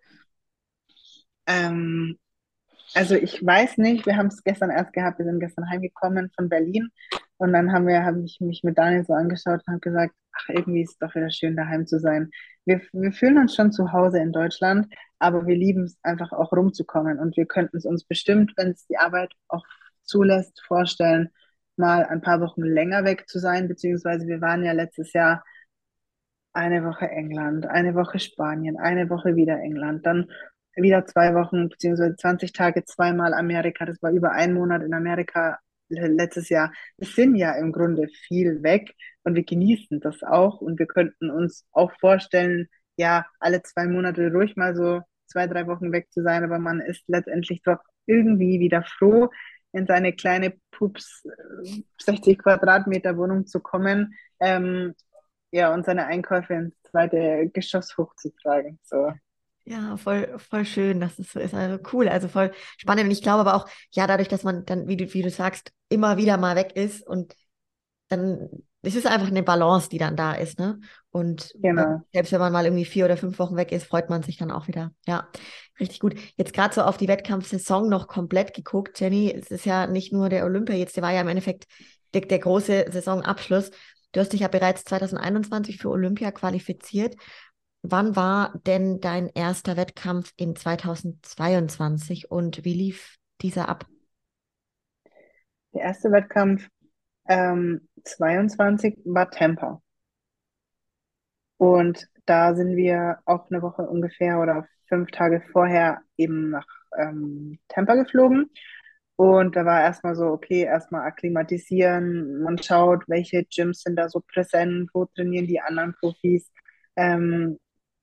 Ähm, Also ich weiß nicht, wir haben es gestern erst gehabt, wir sind gestern heimgekommen von Berlin und dann haben wir, habe ich mich mit Daniel so angeschaut und habe gesagt, ach, irgendwie ist es doch wieder schön, daheim zu sein. Wir, wir fühlen uns schon zu Hause in Deutschland, aber wir lieben es einfach auch rumzukommen und wir könnten es uns bestimmt, wenn es die Arbeit auch zulässt, vorstellen, mal ein paar Wochen länger weg zu sein, beziehungsweise wir waren ja letztes Jahr eine Woche England, eine Woche Spanien, eine Woche wieder England, dann wieder zwei Wochen beziehungsweise zwanzig Tage zweimal Amerika. Das war über einen Monat in Amerika letztes Jahr. Wir sind ja im Grunde viel weg und wir genießen das auch und wir könnten uns auch vorstellen, ja, alle zwei Monate ruhig mal so zwei, drei Wochen weg zu sein, aber man ist letztendlich doch irgendwie wieder froh, in seine kleine Pups äh, sechzig Quadratmeter Wohnung zu kommen. Ähm, ja, und seine Einkäufe ins zweite Geschoss hochzutragen. So, Ja, voll, voll schön, dass es so ist. Also cool, also voll spannend. Und ich glaube aber auch, ja, dadurch, dass man dann, wie du, wie du sagst, immer wieder mal weg ist und dann, es ist einfach eine Balance, die dann da ist, ne? Und wenn, genau. selbst wenn man mal irgendwie vier oder fünf Wochen weg ist, freut man sich dann auch wieder. Ja, richtig gut. Jetzt gerade so auf die Wettkampfsaison noch komplett geguckt, Jenny. Es ist ja nicht nur der Olympia jetzt, der war ja im Endeffekt der, der große Saisonabschluss. Du hast dich ja bereits zwanzig einundzwanzig für Olympia qualifiziert. Wann war denn dein erster Wettkampf in zwanzig zweiundzwanzig und wie lief dieser ab? Der erste Wettkampf ähm, zweiundzwanzig war Tampa. Und da sind wir auch eine Woche ungefähr oder fünf Tage vorher eben nach ähm, Tampa geflogen. Und da war erstmal so, okay, erstmal akklimatisieren. Man schaut, welche Gyms sind da so präsent, wo trainieren die anderen Profis. Ähm,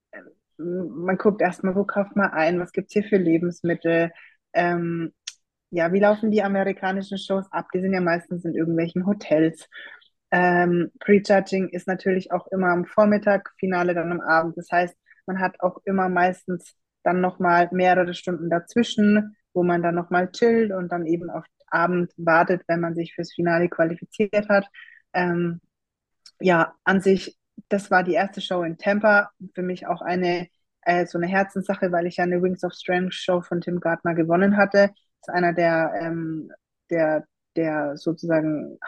Man guckt erstmal, wo kauft man ein, was gibt es hier für Lebensmittel. Ähm, ja, wie laufen die amerikanischen Shows ab? Die sind ja meistens in irgendwelchen Hotels. Ähm, Prejudging ist natürlich auch immer am Vormittag, Finale dann am Abend. Das heißt, man hat auch immer meistens dann nochmal mehrere Stunden dazwischen, wo man dann nochmal chillt und dann eben auf Abend wartet, wenn man sich fürs Finale qualifiziert hat. Ähm, ja, an sich, das war die erste Show in Tampa. Für mich auch eine äh, so eine Herzenssache, weil ich ja eine Wings of Strength Show von Tim Gardner gewonnen hatte. Das ist einer der, ähm, der, der sozusagen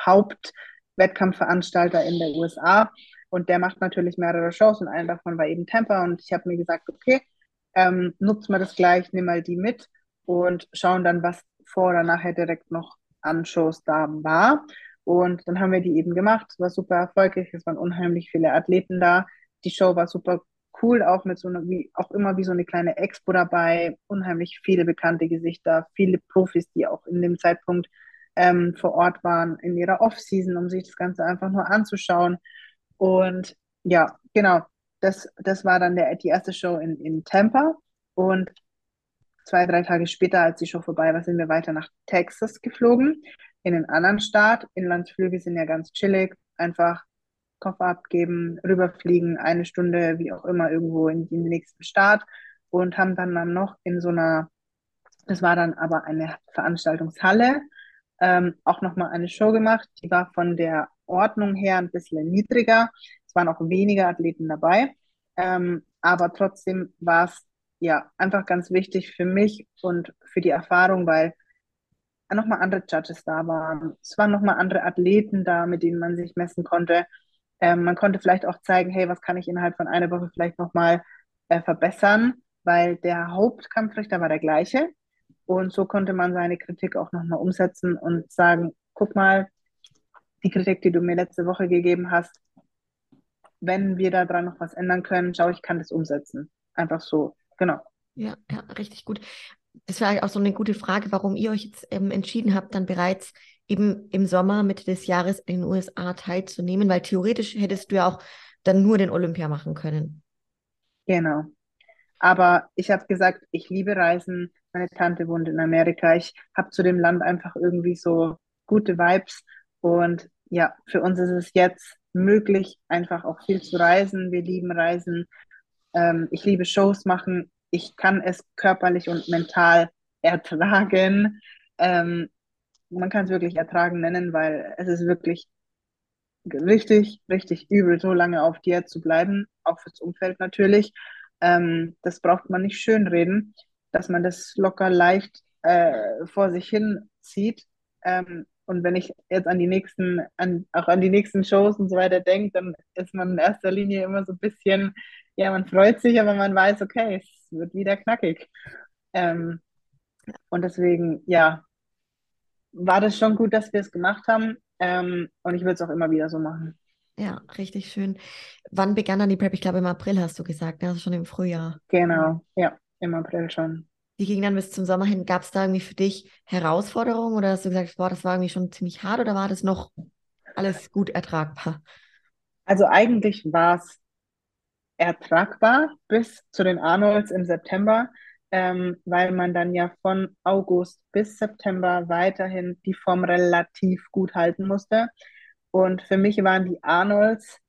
Hauptwettkampfveranstalter in der U S A. Und der macht natürlich mehrere Shows und eine davon war eben Tampa. Und ich habe mir gesagt, okay, ähm, nutzen wir das gleich, nimm mal die mit und schauen dann, was vor oder nachher direkt noch an Shows da war. Und dann haben wir die eben gemacht. Es war super erfolgreich. Es waren unheimlich viele Athleten da. Die Show war super cool, auch mit so einer, wie auch immer wie so eine kleine Expo dabei. Unheimlich viele bekannte Gesichter, viele Profis, die auch in dem Zeitpunkt ähm, vor Ort waren in ihrer Off-Season, um sich das Ganze einfach nur anzuschauen. Und ja, genau, das, das war dann der, die erste Show in, in Tampa. Und zwei, drei Tage später, als die Show vorbei war, sind wir weiter nach Texas geflogen, in einen anderen Staat. Inlandsflüge sind ja ganz chillig, einfach Koffer abgeben, rüberfliegen, eine Stunde, wie auch immer, irgendwo in den nächsten Staat und haben dann, dann noch in so einer, das war dann aber eine Veranstaltungshalle, ähm, auch nochmal eine Show gemacht. Die war von der Ordnung her ein bisschen niedriger. Es waren auch weniger Athleten dabei. Ähm, aber trotzdem war es ja einfach ganz wichtig für mich und für die Erfahrung, weil nochmal andere Judges da waren. Es waren nochmal andere Athleten da, mit denen man sich messen konnte. Ähm, man konnte vielleicht auch zeigen, hey, was kann ich innerhalb von einer Woche vielleicht nochmal äh, verbessern, weil der Hauptkampfrichter war der gleiche. Und so konnte man seine Kritik auch nochmal umsetzen und sagen, guck mal, die Kritik, die du mir letzte Woche gegeben hast, wenn wir daran noch was ändern können, schau, ich kann das umsetzen. Einfach so, genau. Ja, ja, richtig gut. Das war auch so eine gute Frage, warum ihr euch jetzt ähm, entschieden habt, dann bereits eben im Sommer, Mitte des Jahres in den U S A teilzunehmen, weil theoretisch hättest du ja auch dann nur den Olympia machen können. Genau. Aber ich habe gesagt, ich liebe Reisen. Meine Tante wohnt in Amerika. Ich habe zu dem Land einfach irgendwie so gute Vibes. Und ja, für uns ist es jetzt möglich, einfach auch viel zu reisen. Wir lieben Reisen. Ähm, ich liebe Shows machen. Ich kann es körperlich und mental ertragen. Ähm, Man kann es wirklich ertragen nennen, weil es ist wirklich richtig, richtig übel, so lange auf Diät zu bleiben, auch fürs Umfeld natürlich. Ähm, das braucht man nicht schönreden, dass man das locker leicht äh, vor sich hin zieht. Ähm, und wenn ich jetzt an die nächsten, an, auch an die nächsten Shows und so weiter denke, dann ist man in erster Linie immer so ein bisschen, ja, man freut sich, aber man weiß, okay, es wird wieder knackig. Ähm, und deswegen, ja, war das schon gut, dass wir es gemacht haben. Ähm, und ich würde es auch immer wieder so machen. Ja, richtig schön. Wann begann dann die Prep? Ich glaube, im April hast du gesagt, ne? Also schon im Frühjahr. Genau, ja, im April schon. Die ging dann bis zum Sommer hin. Gab es da irgendwie für dich Herausforderungen oder hast du gesagt, boah, das war irgendwie schon ziemlich hart oder war das noch alles gut ertragbar? Also eigentlich war es ertragbar bis zu den Arnolds im September, ähm, weil man dann ja von August bis September weiterhin die Form relativ gut halten musste. Und für mich waren die Arnolds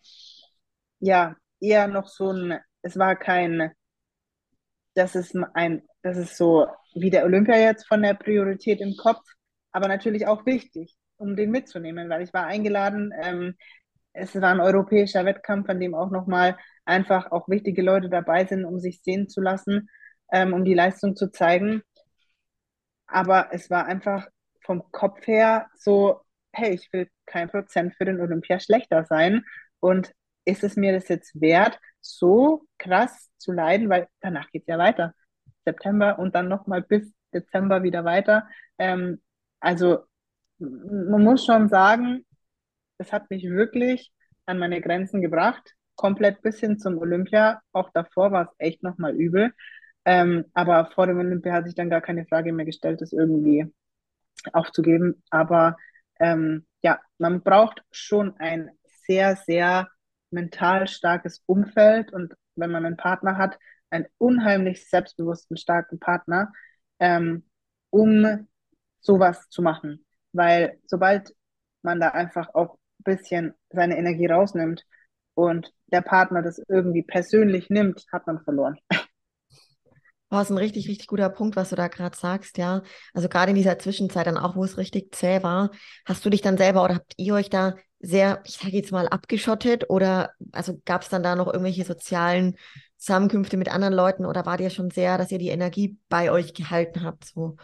ja eher noch so ein, es war kein, das ist ein, das ist so wie der Olympia jetzt von der Priorität im Kopf, aber natürlich auch wichtig, um den mitzunehmen, weil ich war eingeladen. Ähm, es war ein europäischer Wettkampf, an dem auch nochmal einfach auch wichtige Leute dabei sind, um sich sehen zu lassen, ähm, um die Leistung zu zeigen. Aber es war einfach vom Kopf her so, hey, ich will kein Prozent für den Olympia schlechter sein. Und ist es mir das jetzt wert, so krass zu leiden, weil danach geht es ja weiter. September und dann nochmal bis Dezember wieder weiter. Ähm, also man muss schon sagen, das hat mich wirklich an meine Grenzen gebracht, komplett bis hin zum Olympia. Auch davor war es echt nochmal übel. Ähm, aber vor dem Olympia hat sich dann gar keine Frage mehr gestellt, das irgendwie aufzugeben. Aber ähm, ja, man braucht schon ein sehr, sehr mental starkes Umfeld und wenn man einen Partner hat, einen unheimlich selbstbewussten, starken Partner, ähm, um sowas zu machen. Weil sobald man da einfach auch ein bisschen seine Energie rausnimmt und der Partner das irgendwie persönlich nimmt, hat man verloren. Boah, ist ein richtig, richtig guter Punkt, was du da gerade sagst, ja. Also gerade in dieser Zwischenzeit dann auch, wo es richtig zäh war, hast du dich dann selber oder habt ihr euch da sehr, ich sage jetzt mal, abgeschottet oder also gab es dann da noch irgendwelche sozialen Zusammenkünfte mit anderen Leuten oder war dir schon sehr, dass ihr die Energie bei euch gehalten habt, so?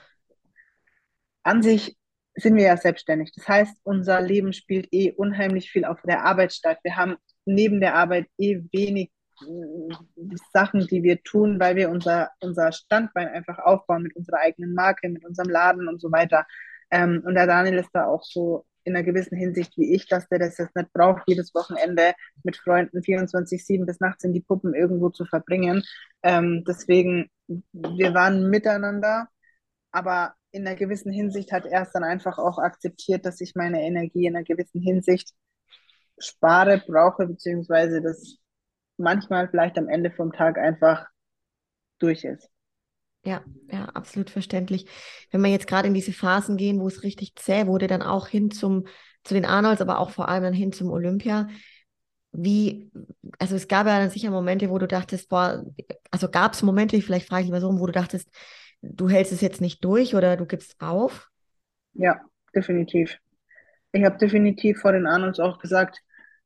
An sich sind wir ja selbstständig. Das heißt, unser Leben spielt eh unheimlich viel auf der Arbeit statt. Wir haben neben der Arbeit eh wenig äh, Sachen, die wir tun, weil wir unser, unser Standbein einfach aufbauen mit unserer eigenen Marke, mit unserem Laden und so weiter. Ähm, und der Daniel ist da auch so in einer gewissen Hinsicht wie ich, dass der das jetzt nicht braucht, jedes Wochenende mit Freunden vierundzwanzig sieben bis nachts in die Puppen irgendwo zu verbringen. Ähm, deswegen, wir waren miteinander, aber in einer gewissen Hinsicht hat er es dann einfach auch akzeptiert, dass ich meine Energie in einer gewissen Hinsicht spare, brauche, beziehungsweise das manchmal vielleicht am Ende vom Tag einfach durch ist. Ja, ja, absolut verständlich. Wenn wir jetzt gerade in diese Phasen gehen, wo es richtig zäh wurde, dann auch hin zum, zu den Arnolds, aber auch vor allem dann hin zum Olympia. Wie, also es gab ja dann sicher Momente, wo du dachtest, boah, also gab es Momente, vielleicht frage ich mal so rum, wo du dachtest, du hältst es jetzt nicht durch oder du gibst auf? Ja, definitiv. Ich habe definitiv vor den Arnolds auch gesagt,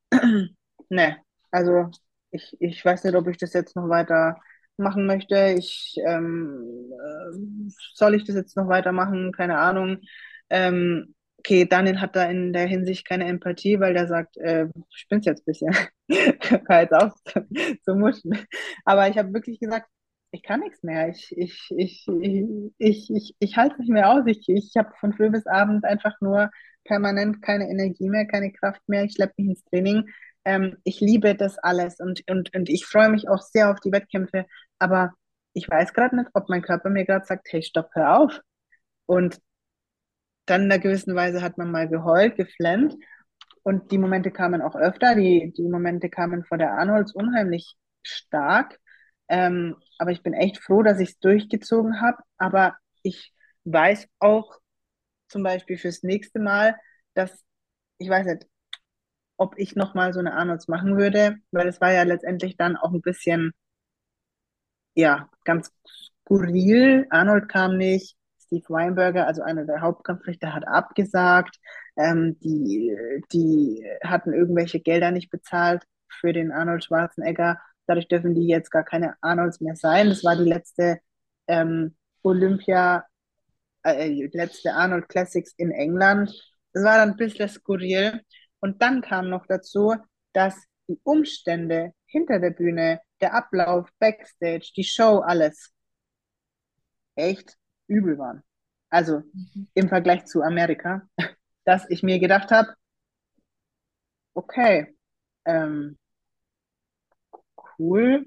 ne, also ich, ich weiß nicht, ob ich das jetzt noch weiter machen möchte. Ich, ähm, äh, soll ich das jetzt noch weitermachen? Keine Ahnung. Ähm, okay, Daniel hat da in der Hinsicht keine Empathie, weil der sagt, äh, du spinnst jetzt ein bisschen. Hör jetzt auf zu, zu muschen. Aber ich habe wirklich gesagt, ich kann nichts mehr. Ich, ich, ich, ich, ich, ich, ich halte es nicht mehr aus. Ich, ich habe von früh bis abend einfach nur permanent keine Energie mehr, keine Kraft mehr. Ich schleppe mich ins Training. Ähm, ich liebe das alles und, und, und ich freue mich auch sehr auf die Wettkämpfe, aber ich weiß gerade nicht, ob mein Körper mir gerade sagt, hey, stopp, hör auf. Und dann in einer gewissen Weise hat man mal geheult, geflennt und die Momente kamen auch öfter. Die, die Momente kamen vor der Arnolds unheimlich stark. Ähm, aber ich bin echt froh, dass ich es durchgezogen habe. Aber ich weiß auch zum Beispiel fürs nächste Mal, dass ich weiß nicht, ob ich nochmal so eine Arnolds machen würde, weil es war ja letztendlich dann auch ein bisschen, ja, ganz skurril. Arnold kam nicht, Steve Weinberger, also einer der Hauptkampfrichter, hat abgesagt. Ähm, die, die hatten irgendwelche Gelder nicht bezahlt für den Arnold Schwarzenegger. Dadurch dürfen die jetzt gar keine Arnolds mehr sein. Das war die letzte ähm, Olympia, äh, letzte Arnold Classics in England. Das war dann ein bisschen skurril. Und dann kam noch dazu, dass die Umstände hinter der Bühne, der Ablauf, Backstage, die Show, alles echt übel waren. Also Mhm. im Vergleich zu Amerika, dass ich mir gedacht habe, okay, ähm, cool,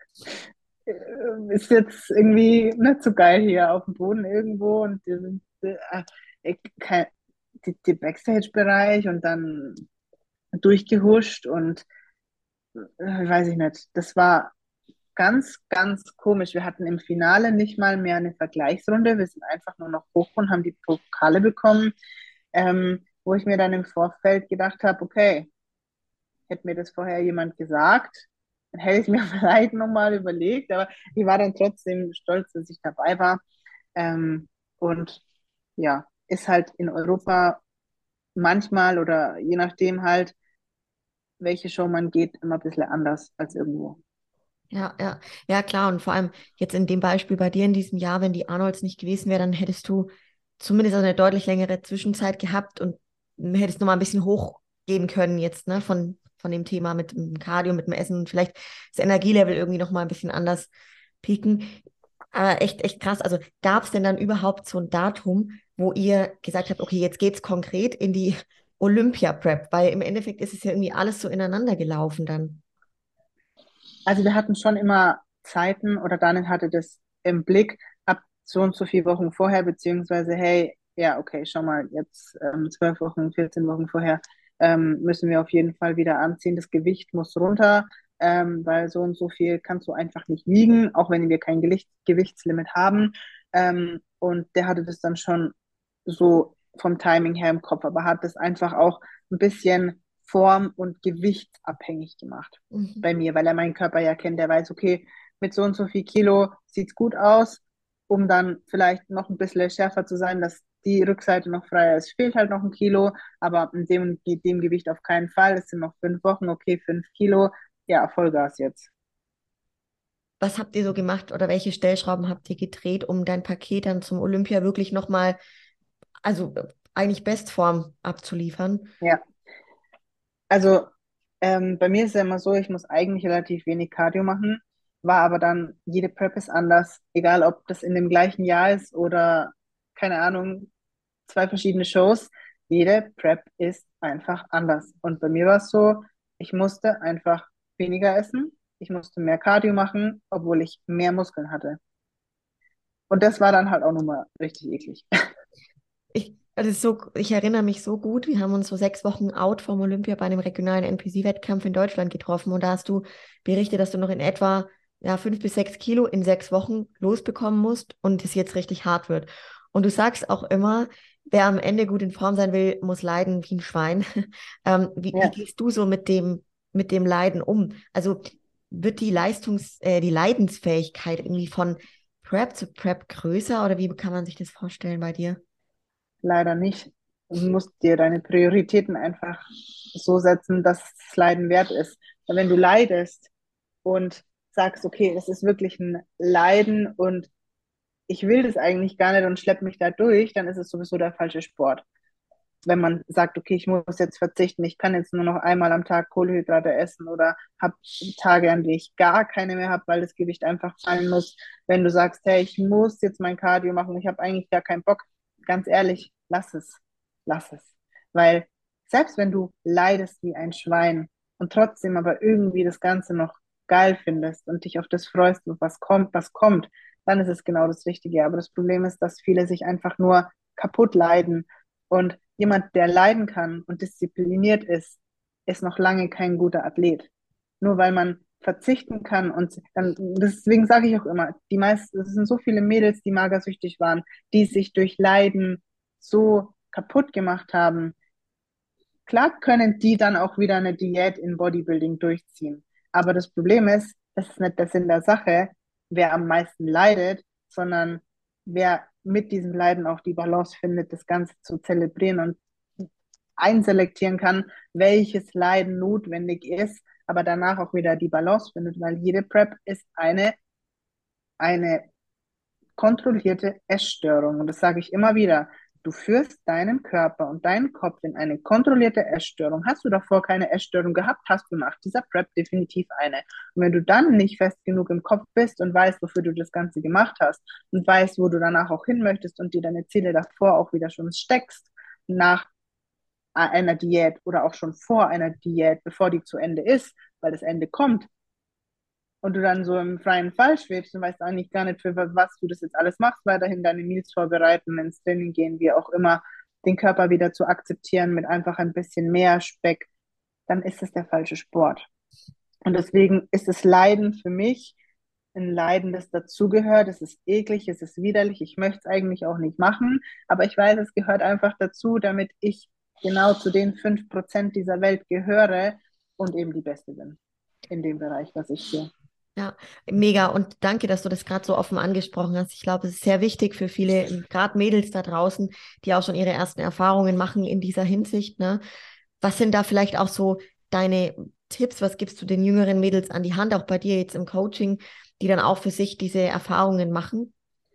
ist jetzt irgendwie nicht so geil hier auf dem Boden irgendwo und die sind, äh, kein, die, die Backstage-Bereich und dann durchgehuscht und äh, weiß ich nicht. Das war ganz, ganz komisch. Wir hatten im Finale nicht mal mehr eine Vergleichsrunde. Wir sind einfach nur noch hoch und haben die Pokale bekommen, ähm, wo ich mir dann im Vorfeld gedacht habe, okay, hätte mir das vorher jemand gesagt, dann hätte ich mir vielleicht nochmal überlegt, aber ich war dann trotzdem stolz, dass ich dabei war. Ähm, und ja, ist halt in Europa manchmal oder je nachdem halt, welche Show man geht, immer ein bisschen anders als irgendwo. Ja, ja, ja, klar. Und vor allem jetzt in dem Beispiel bei dir in diesem Jahr, wenn die Arnolds nicht gewesen wäre, dann hättest du zumindest eine deutlich längere Zwischenzeit gehabt und hättest noch mal ein bisschen hochgehen können jetzt, ne, von, von dem Thema mit dem Cardio, mit dem Essen und vielleicht das Energielevel irgendwie noch mal ein bisschen anders pieken. Aber echt, echt krass. Also gab es denn dann überhaupt so ein Datum, wo ihr gesagt habt, okay, jetzt geht's konkret in die Olympia-Prep? Weil im Endeffekt ist es ja irgendwie alles so ineinander gelaufen dann. Also wir hatten schon immer Zeiten oder Daniel hatte das im Blick ab so und so vier Wochen vorher, beziehungsweise hey, ja, okay, schau mal, jetzt ähm, zwölf Wochen, vierzehn Wochen vorher ähm, müssen wir auf jeden Fall wieder anziehen. Das Gewicht muss runter, ähm, weil so und so viel kannst du einfach nicht wiegen, auch wenn wir kein Gewicht, Gewichtslimit haben. Ähm, und der hatte das dann schon so vom Timing her im Kopf, aber hat das einfach auch ein bisschen form- und gewichtsabhängig gemacht Mhm. bei mir, weil er meinen Körper ja kennt. Der weiß, okay, mit so und so viel Kilo sieht's gut aus, um dann vielleicht noch ein bisschen schärfer zu sein, dass die Rückseite noch freier ist. Fehlt halt noch ein Kilo, aber in dem, dem Gewicht auf keinen Fall. Es sind noch fünf Wochen, okay, fünf Kilo. Ja, Vollgas jetzt. Was habt ihr so gemacht oder welche Stellschrauben habt ihr gedreht, um dein Paket dann zum Olympia wirklich nochmal, also äh, eigentlich Bestform abzuliefern? Ja, also ähm, bei mir ist es ja immer so, ich muss eigentlich relativ wenig Cardio machen, war aber dann, jede Prep ist anders, egal ob das in dem gleichen Jahr ist oder, keine Ahnung, zwei verschiedene Shows. Jede Prep ist einfach anders. Und bei mir war es so, ich musste einfach weniger essen, ich musste mehr Cardio machen, obwohl ich mehr Muskeln hatte. Und das war dann halt auch nochmal richtig eklig. Ich, das ist so, ich erinnere mich so gut, wir haben uns so sechs Wochen out vom Olympia bei einem regionalen N P C-Wettkampf in Deutschland getroffen und da hast du berichtet, dass du noch in etwa ja, fünf bis sechs Kilo in sechs Wochen losbekommen musst und es jetzt richtig hart wird. Und du sagst auch immer, wer am Ende gut in Form sein will, muss leiden wie ein Schwein. Ähm, wie, wie Ja, gehst du so mit dem, mit dem Leiden um? Also wird die Leistungs, äh, die Leidensfähigkeit irgendwie von Prep zu Prep größer oder wie kann man sich das vorstellen bei dir? leider nicht. Du musst dir deine Prioritäten einfach so setzen, dass es Leiden wert ist. Weil wenn du leidest und sagst, okay, das ist wirklich ein Leiden und ich will das eigentlich gar nicht und schleppe mich da durch, dann ist es sowieso der falsche Sport. Wenn man sagt, okay, ich muss jetzt verzichten, ich kann jetzt nur noch einmal am Tag Kohlenhydrate essen oder habe Tage, an denen ich gar keine mehr habe, weil das Gewicht einfach fallen muss. Wenn du sagst, hey, ich muss jetzt mein Cardio machen, ich habe eigentlich gar keinen Bock, ganz ehrlich, lass es, lass es. Weil selbst wenn du leidest wie ein Schwein und trotzdem aber irgendwie das Ganze noch geil findest und dich auf das freust, was kommt, was kommt, dann ist es genau das Richtige. Aber das Problem ist, dass viele sich einfach nur kaputt leiden und jemand, der leiden kann und diszipliniert ist, ist noch lange kein guter Athlet. Nur weil man verzichten kann. Und dann, deswegen sage ich auch immer, die meisten, es sind so viele Mädels, die magersüchtig waren, die sich durch Leiden so kaputt gemacht haben. Klar können die dann auch wieder eine Diät in Bodybuilding durchziehen. Aber das Problem ist, das ist nicht der Sinn der Sache, wer am meisten leidet, sondern wer mit diesem Leiden auch die Balance findet, das Ganze zu zelebrieren und einselektieren kann, welches Leiden notwendig ist, aber danach auch wieder die Balance findet, weil jede Prep ist eine, eine kontrollierte Essstörung. Und das sage ich immer wieder. Du führst deinen Körper und deinen Kopf in eine kontrollierte Essstörung. Hast du davor keine Essstörung gehabt, hast du nach dieser Prep definitiv eine. Und wenn du dann nicht fest genug im Kopf bist und weißt, wofür du das Ganze gemacht hast und weißt, wo du danach auch hin möchtest und dir deine Ziele davor auch wieder schon steckst, nach einer Diät oder auch schon vor einer Diät, bevor die zu Ende ist, weil das Ende kommt, und du dann so im freien Fall schwebst und weißt eigentlich gar nicht, für was du das jetzt alles machst, weiterhin deine Meals vorbereiten, ins Training gehen, wie auch immer, den Körper wieder zu akzeptieren mit einfach ein bisschen mehr Speck, dann ist es der falsche Sport. Und deswegen ist das Leiden für mich ein Leiden, das dazugehört. Es ist eklig, es ist widerlich, ich möchte es eigentlich auch nicht machen, aber ich weiß, es gehört einfach dazu, damit ich genau zu den fünf Prozent dieser Welt gehöre und eben die Beste bin in dem Bereich, was ich sehe. Ja, mega. Und danke, dass du das gerade so offen angesprochen hast. Ich glaube, es ist sehr wichtig für viele, gerade Mädels da draußen, die auch schon ihre ersten Erfahrungen machen in dieser Hinsicht, ne? Was sind da vielleicht auch so deine Tipps? Was gibst du den jüngeren Mädels an die Hand, auch bei dir jetzt im Coaching, die dann auch für sich diese Erfahrungen machen?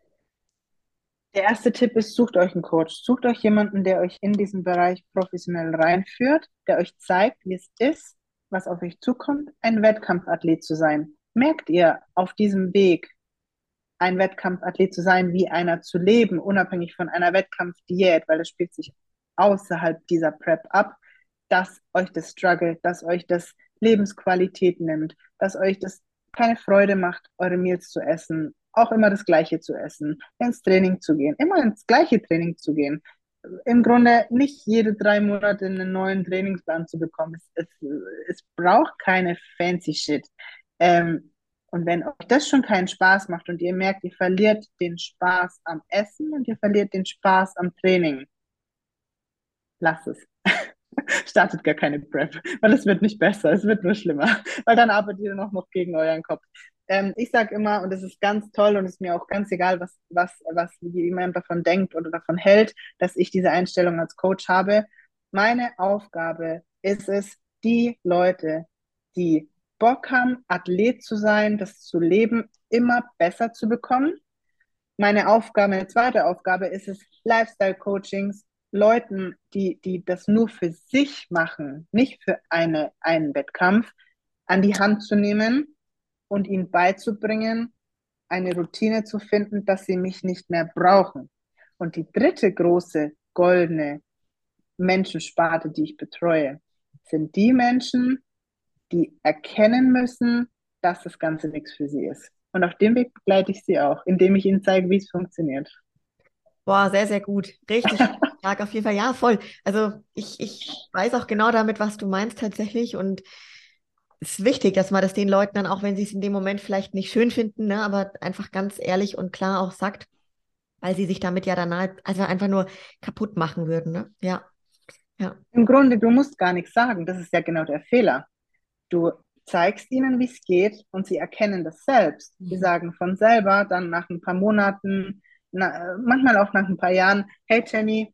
Der erste Tipp ist, sucht euch einen Coach. Sucht euch jemanden, der euch in diesen Bereich professionell reinführt, der euch zeigt, wie es ist, was auf euch zukommt, ein Wettkampfathlet zu sein. Merkt ihr auf diesem Weg, ein Wettkampfathlet zu sein, wie einer zu leben, unabhängig von einer Wettkampfdiät, weil es spielt sich außerhalb dieser Prep ab, dass euch das Struggle, dass euch das Lebensqualität nimmt, dass euch das keine Freude macht, eure Meals zu essen, auch immer das Gleiche zu essen, ins Training zu gehen, immer ins gleiche Training zu gehen. Im Grunde nicht jede drei Monate einen neuen Trainingsplan zu bekommen. Es, es, es braucht keine fancy Shit. Ähm, und wenn euch das schon keinen Spaß macht und ihr merkt, ihr verliert den Spaß am Essen und ihr verliert den Spaß am Training, lasst es. Startet gar keine Prep, weil es wird nicht besser, es wird nur schlimmer, weil dann arbeitet ihr noch, noch gegen euren Kopf. Ähm, ich sage immer, und es ist ganz toll und es ist mir auch ganz egal, was, was, was jemand davon denkt oder davon hält, dass ich diese Einstellung als Coach habe. Meine Aufgabe ist es, die Leute, die Bock haben, Athlet zu sein, das zu leben, immer besser zu bekommen. Meine Aufgabe, meine zweite Aufgabe ist es, Lifestyle-Coachings Leuten, die, die das nur für sich machen, nicht für eine, einen Wettkampf, an die Hand zu nehmen und ihnen beizubringen, eine Routine zu finden, dass sie mich nicht mehr brauchen. Und die dritte große goldene Menschensparte, die ich betreue, sind die Menschen, die erkennen müssen, dass das Ganze nichts für sie ist. Und auf dem Weg begleite ich sie auch, indem ich ihnen zeige, wie es funktioniert. Boah, sehr, sehr gut. Richtig stark auf jeden Fall. Ja, voll. Also ich, ich weiß auch genau damit, was du meinst tatsächlich. Und es ist wichtig, dass man das den Leuten dann, auch wenn sie es in dem Moment vielleicht nicht schön finden, ne, aber einfach ganz ehrlich und klar auch sagt, weil sie sich damit ja dann halt also einfach nur kaputt machen würden. Ne? Ja, ja. Im Grunde, du musst gar nichts sagen. Das ist ja genau der Fehler. Du zeigst ihnen, wie es geht und sie erkennen das selbst. Sie Mhm. sagen von selber dann nach ein paar Monaten, na, manchmal auch nach ein paar Jahren, hey Jenny,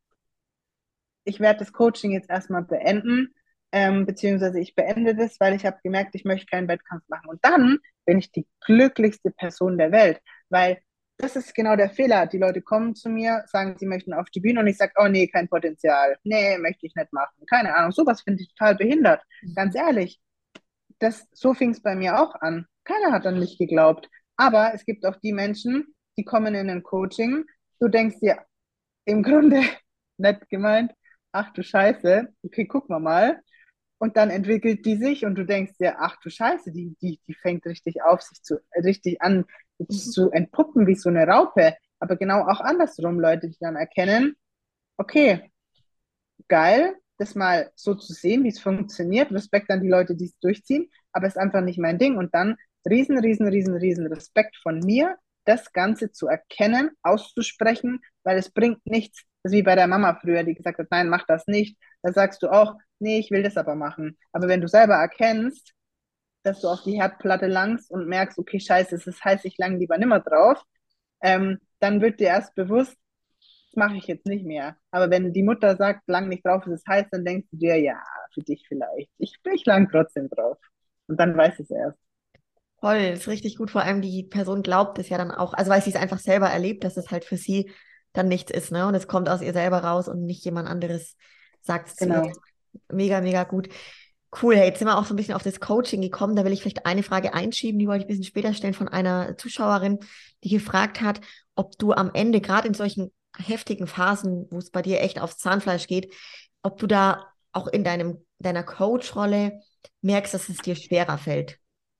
ich werde das Coaching jetzt erstmal beenden, ähm, beziehungsweise ich beende das, weil ich habe gemerkt, ich möchte keinen Wettkampf machen. Und dann bin ich die glücklichste Person der Welt, weil das ist genau der Fehler. Die Leute kommen zu mir, sagen, sie möchten auf die Bühne und ich sage, oh nee, kein Potenzial. Nee, möchte ich nicht machen. Keine Ahnung, sowas finde ich total behindert. Ganz ehrlich, das, so fing es bei mir auch an. Keiner hat an mich geglaubt. Aber es gibt auch die Menschen, die kommen in ein Coaching. Du denkst dir im Grunde nett gemeint, ach du Scheiße, okay, guck mal mal. Und dann entwickelt die sich und du denkst dir, ach du Scheiße, die, die, die fängt richtig auf, sich zu, richtig an, sich Mhm. zu entpuppen wie so eine Raupe. Aber genau auch andersrum, Leute, die dann erkennen, okay, geil, das mal so zu sehen, wie es funktioniert. Respekt an die Leute, die es durchziehen. aber es ist einfach nicht mein Ding. Und dann riesen, riesen, riesen, riesen Respekt von mir, das Ganze zu erkennen, auszusprechen, weil es bringt nichts. Das ist wie bei der Mama früher, die gesagt hat, nein, mach das nicht. Da sagst du auch, nee, ich will das aber machen. Aber wenn du selber erkennst, dass du auf die Herdplatte langst und merkst, okay, scheiße, es ist heiß, ich lang lieber nimmer drauf, ähm, dann wird dir erst bewusst, das mache ich jetzt nicht mehr. Aber wenn die Mutter sagt, lang nicht drauf, es ist heiß, dann denkst du dir, ja, für dich vielleicht. Ich, ich lang trotzdem drauf. Und dann weiß es erst. Voll, ist richtig gut. Vor allem die Person glaubt es ja dann auch, also weil sie es einfach selber erlebt, dass es halt für sie dann nichts ist, ne? Und es kommt aus ihr selber raus und nicht jemand anderes sagt es zu ihr. Genau. Mega, mega gut. Cool, hey, jetzt sind wir auch so ein bisschen auf das Coaching gekommen. Da will ich vielleicht eine Frage einschieben, die wollte ich ein bisschen später stellen von einer Zuschauerin, die gefragt hat, ob du am Ende, gerade in solchen heftigen Phasen, wo es bei dir echt aufs Zahnfleisch geht, ob du da auch in deinem, deiner Coach-Rolle merkst, dass es dir schwerer fällt.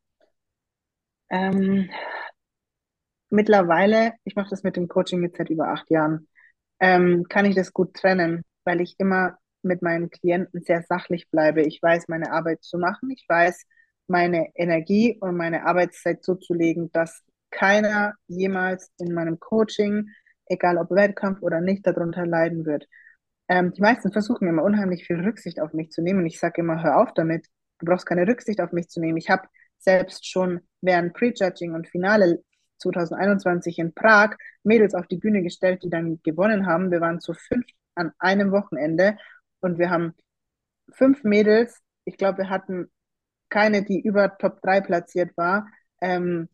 Ähm, Mittlerweile, ich mache das mit dem Coaching jetzt seit über acht Jahren, ähm, kann ich das gut trennen, weil ich immer mit meinen Klienten sehr sachlich bleibe. Ich weiß, meine Arbeit zu machen. Ich weiß, meine Energie und meine Arbeitszeit so zu legen, dass keiner jemals in meinem Coaching, egal ob Wettkampf oder nicht, darunter leiden wird. Ähm, die meisten versuchen immer unheimlich viel Rücksicht auf mich zu nehmen und ich sage immer, hör auf damit. Du brauchst keine Rücksicht auf mich zu nehmen. Ich habe selbst schon während Prejudging und Finale zwanzig einundzwanzig in Prag Mädels auf die Bühne gestellt, die dann gewonnen haben. Wir waren zu fünf an einem Wochenende und wir haben fünf Mädels, ich glaube, wir hatten keine, die über Top drei platziert war, ähm,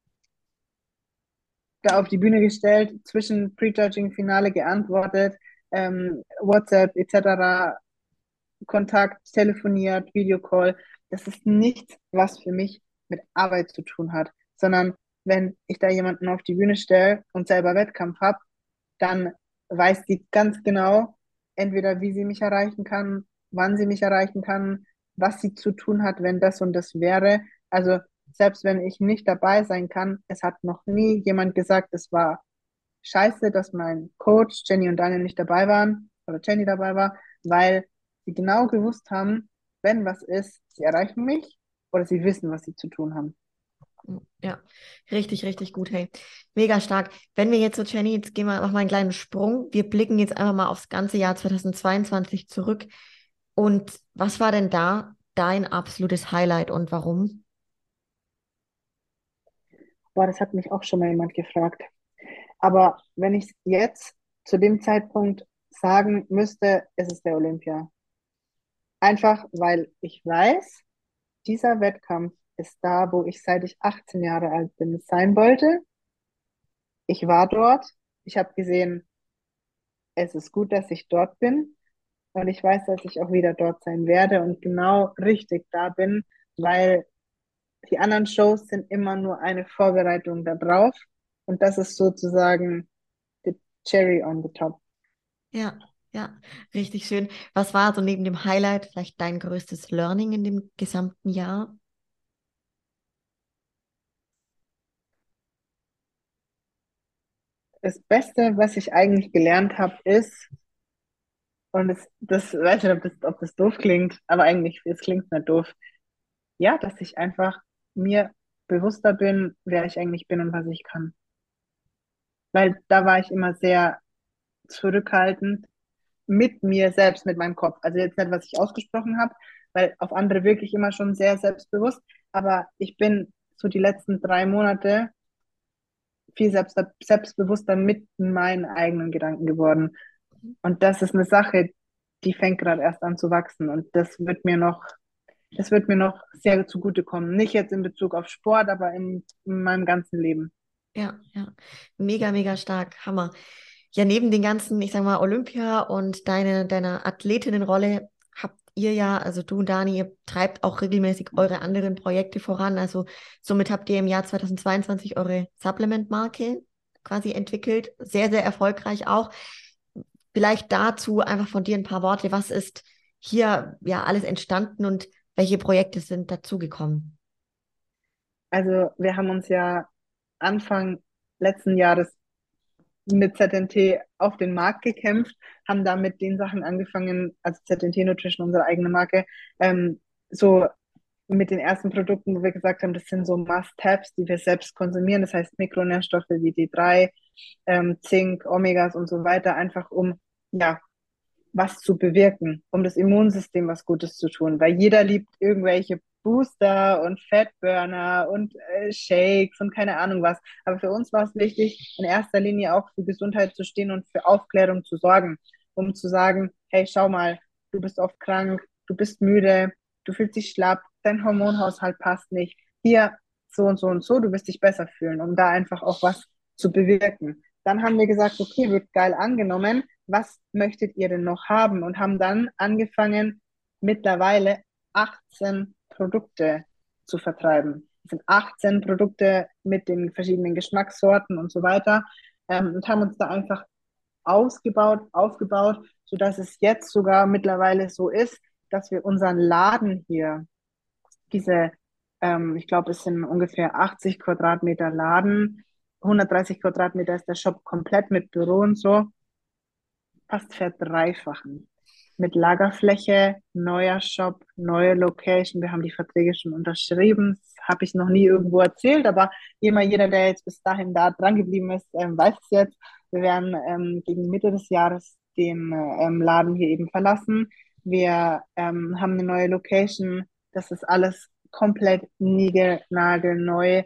da auf die Bühne gestellt, zwischen Prejudging-Finale geantwortet, ähm, WhatsApp et cetera, Kontakt, telefoniert, Videocall. Das ist nichts, was für mich mit Arbeit zu tun hat, sondern wenn ich da jemanden auf die Bühne stelle und selber Wettkampf habe, dann weiß sie ganz genau, entweder wie sie mich erreichen kann, wann sie mich erreichen kann, was sie zu tun hat, wenn das und das wäre. Also selbst wenn ich nicht dabei sein kann, es hat noch nie jemand gesagt, es war scheiße, dass mein Coach, Jenny und Daniel nicht dabei waren oder Jenny dabei war, weil sie genau gewusst haben, wenn was ist, sie erreichen mich oder sie wissen, was sie zu tun haben. Ja, richtig, richtig gut, hey. Mega stark. Wenn wir jetzt so, Jenny, jetzt gehen wir, machen wir einen kleinen Sprung. Wir blicken jetzt einfach mal aufs ganze Jahr zweitausendzweiundzwanzig zurück. Und was war denn da dein absolutes Highlight und warum? Boah, das hat mich auch schon mal jemand gefragt. Aber wenn ich jetzt zu dem Zeitpunkt sagen müsste, ist es der Olympia. Einfach, weil ich weiß, dieser Wettkampf ist da, wo ich seit ich achtzehn Jahre alt bin, sein wollte. Ich war dort. Ich habe gesehen, es ist gut, dass ich dort bin. Und ich weiß, dass ich auch wieder dort sein werde und genau richtig da bin, weil die anderen Shows sind immer nur eine Vorbereitung darauf. Und das ist sozusagen the cherry on the top. Ja, ja, richtig schön. Was war so neben dem Highlight vielleicht dein größtes Learning in dem gesamten Jahr? Das Beste, was ich eigentlich gelernt habe, ist, und das, das weiß nicht, ob das, ob das doof klingt, aber eigentlich, es klingt nicht doof. Ja, dass ich einfach mir bewusster bin, wer ich eigentlich bin und was ich kann. Weil da war ich immer sehr zurückhaltend mit mir selbst, mit meinem Kopf. Also jetzt nicht, was ich ausgesprochen habe, weil auf andere wirklich immer schon sehr selbstbewusst. Aber ich bin so die letzten drei Monate viel selbst, selbstbewusster mit meinen eigenen Gedanken geworden. Und das ist eine Sache, die fängt gerade erst an zu wachsen. Und das wird mir noch, das wird mir noch sehr zugutekommen. Nicht jetzt in Bezug auf Sport, aber in, in meinem ganzen Leben. Ja, ja, mega, mega stark, Hammer. Ja, neben den ganzen, ich sag mal, Olympia und deine, deiner Athletinnenrolle habt ihr ja, also du und Dani, ihr treibt auch regelmäßig eure anderen Projekte voran. Also somit habt ihr im Jahr zweitausendzweiundzwanzig eure Supplement-Marke quasi entwickelt. Sehr, sehr erfolgreich auch. Vielleicht dazu einfach von dir ein paar Worte. Was ist hier ja alles entstanden und welche Projekte sind dazugekommen? Also wir haben uns ja Anfang letzten Jahres mit Z N T auf den Markt gekämpft, haben da mit den Sachen angefangen, also Z N T Nutrition, unsere eigene Marke, ähm, so mit den ersten Produkten, wo wir gesagt haben, das sind so Must-Haves, die wir selbst konsumieren. Das heißt Mikronährstoffe wie D drei, ähm, Zink, Omegas und so weiter, einfach um ja was zu bewirken, um das Immunsystem was Gutes zu tun. Weil jeder liebt irgendwelche Booster und Fatburner und äh, Shakes und keine Ahnung was. Aber für uns war es wichtig, in erster Linie auch für Gesundheit zu stehen und für Aufklärung zu sorgen, um zu sagen, hey, schau mal, du bist oft krank, du bist müde, du fühlst dich schlapp, dein Hormonhaushalt passt nicht. Hier so und so und so, du wirst dich besser fühlen, um da einfach auch was zu bewirken. Dann haben wir gesagt, okay, wird geil angenommen. Was möchtet ihr denn noch haben? Und haben dann angefangen, mittlerweile achtzehn Produkte zu vertreiben. Das sind achtzehn Produkte mit den verschiedenen Geschmackssorten und so weiter. Ähm, und haben uns da einfach ausgebaut, aufgebaut, sodass es jetzt sogar mittlerweile so ist, dass wir unseren Laden hier, diese, ähm, ich glaube, es sind ungefähr achtzig Quadratmeter Laden, hundertdreißig Quadratmeter ist der Shop komplett mit Büro und so, fast verdreifachen. Mit Lagerfläche, neuer Shop, neue Location. Wir haben die Verträge schon unterschrieben. Das habe ich noch nie irgendwo erzählt, aber immer jeder, der jetzt bis dahin da dran geblieben ist, ähm, weiß es jetzt. Wir werden ähm, gegen Mitte des Jahres den ähm, Laden hier eben verlassen. Wir ähm, haben eine neue Location. Das ist alles komplett niegelnagelneu.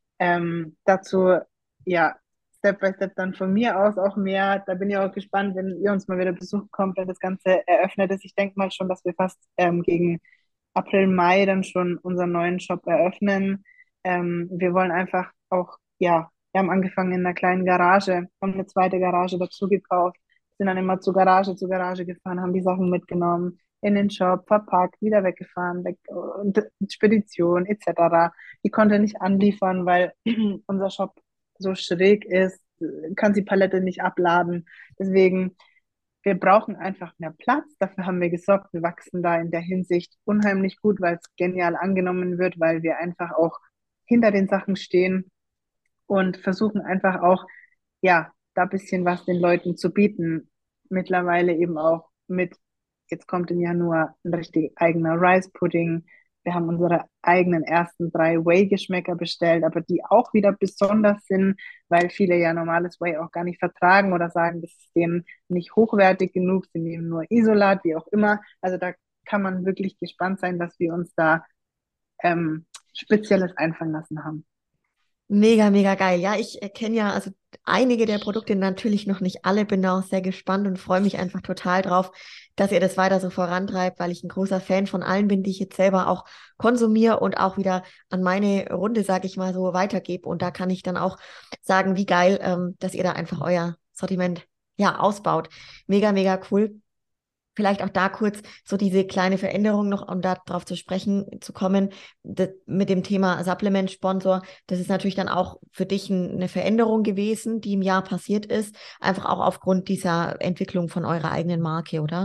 Ähm, dazu, ja, Step by Step dann von mir aus auch mehr. Da bin ich auch gespannt, wenn ihr uns mal wieder Besuch kommt, wenn das Ganze eröffnet ist. Ich denke mal schon, dass wir fast ähm, gegen April, Mai dann schon unseren neuen Shop eröffnen. Ähm, wir wollen einfach auch, ja, wir haben angefangen in einer kleinen Garage, haben eine zweite Garage dazu gekauft, sind dann immer zu Garage zu Garage gefahren, haben die Sachen mitgenommen, in den Shop, verpackt, wieder weggefahren, weg, und Spedition et cetera. Die konnte nicht anliefern, weil unser Shop so schräg ist, kann die Palette nicht abladen. Deswegen, wir brauchen einfach mehr Platz. Dafür haben wir gesorgt. Wir wachsen da in der Hinsicht unheimlich gut, weil es genial angenommen wird, weil wir einfach auch hinter den Sachen stehen und versuchen einfach auch, ja, da ein bisschen was den Leuten zu bieten. Mittlerweile eben auch mit, jetzt kommt im Januar ein richtig eigener Rice Pudding. Wir haben unsere eigenen ersten drei Whey-Geschmäcker bestellt, aber die auch wieder besonders sind, weil viele ja normales Whey auch gar nicht vertragen oder sagen, das ist denen nicht hochwertig genug, sie nehmen nur Isolat, wie auch immer. Also da kann man wirklich gespannt sein, dass wir uns da ähm, Spezielles einfallen lassen haben. Mega, mega geil. Ja, ich kenne ja also einige der Produkte, natürlich noch nicht alle, bin da auch sehr gespannt und freue mich einfach total drauf, dass ihr das weiter so vorantreibt, weil ich ein großer Fan von allen bin, die ich jetzt selber auch konsumiere und auch wieder an meine Runde, sage ich mal so, weitergebe. Und da kann ich dann auch sagen, wie geil, ähm, dass ihr da einfach euer Sortiment ja ausbaut. Mega, mega cool. Vielleicht auch da kurz so diese kleine Veränderung noch, um darauf zu sprechen zu kommen, das, mit dem Thema Supplement-Sponsor. Das ist natürlich dann auch für dich ein, eine Veränderung gewesen, die im Jahr passiert ist, einfach auch aufgrund dieser Entwicklung von eurer eigenen Marke, oder?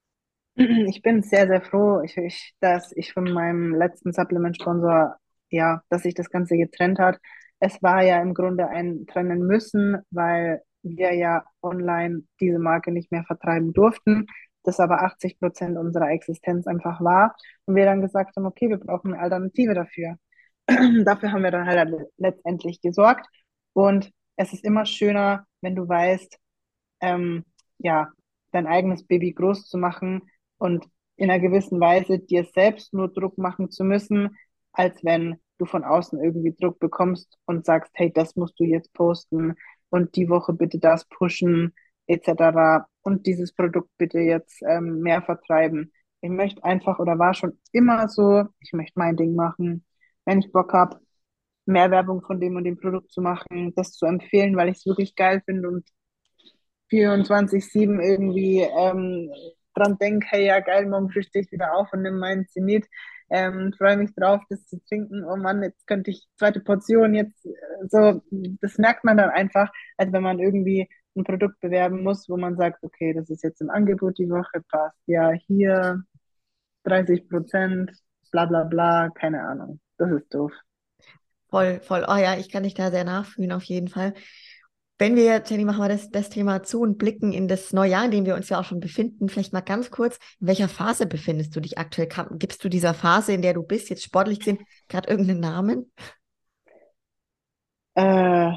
Ich bin sehr, sehr froh, ich, ich, dass ich von meinem letzten Supplement-Sponsor, ja, dass sich das Ganze getrennt hat. Es war ja im Grunde ein Trennen müssen, weil wir ja online diese Marke nicht mehr vertreiben durften. Das aber achtzig Prozent unserer Existenz einfach war. Und wir dann gesagt haben, okay, wir brauchen eine Alternative dafür. Dafür haben wir dann halt letztendlich gesorgt. Und es ist immer schöner, wenn du weißt, ähm, ja, dein eigenes Baby groß zu machen und in einer gewissen Weise dir selbst nur Druck machen zu müssen, als wenn du von außen irgendwie Druck bekommst und sagst, hey, das musst du jetzt posten und die Woche bitte das pushen, et cetera. Und dieses Produkt bitte jetzt ähm, mehr vertreiben. Ich möchte einfach oder war schon immer so, ich möchte mein Ding machen. Wenn ich Bock habe, mehr Werbung von dem und dem Produkt zu machen, das zu empfehlen, weil ich es wirklich geil finde und vierundzwanzig sieben irgendwie ähm, dran denke, hey, ja geil, morgen früh stehe ich wieder auf und nehme meinen Zenit. Ähm, freue mich drauf, das zu trinken. Oh Mann, jetzt könnte ich zweite Portion jetzt äh, so, das merkt man dann einfach, als wenn man irgendwie ein Produkt bewerben muss, wo man sagt, okay, das ist jetzt im Angebot die Woche, passt. Ja, hier dreißig Prozent, bla bla bla, keine Ahnung. Das ist doof. Voll, voll. Oh ja, ich kann dich da sehr nachfühlen, auf jeden Fall. Wenn wir, Jenny, machen wir das, das Thema zu und blicken in das neue Jahr, in dem wir uns ja auch schon befinden. Vielleicht mal ganz kurz, in welcher Phase befindest du dich aktuell? Kam- Gibst du dieser Phase, in der du bist, jetzt sportlich gesehen, gerade irgendeinen Namen? Äh,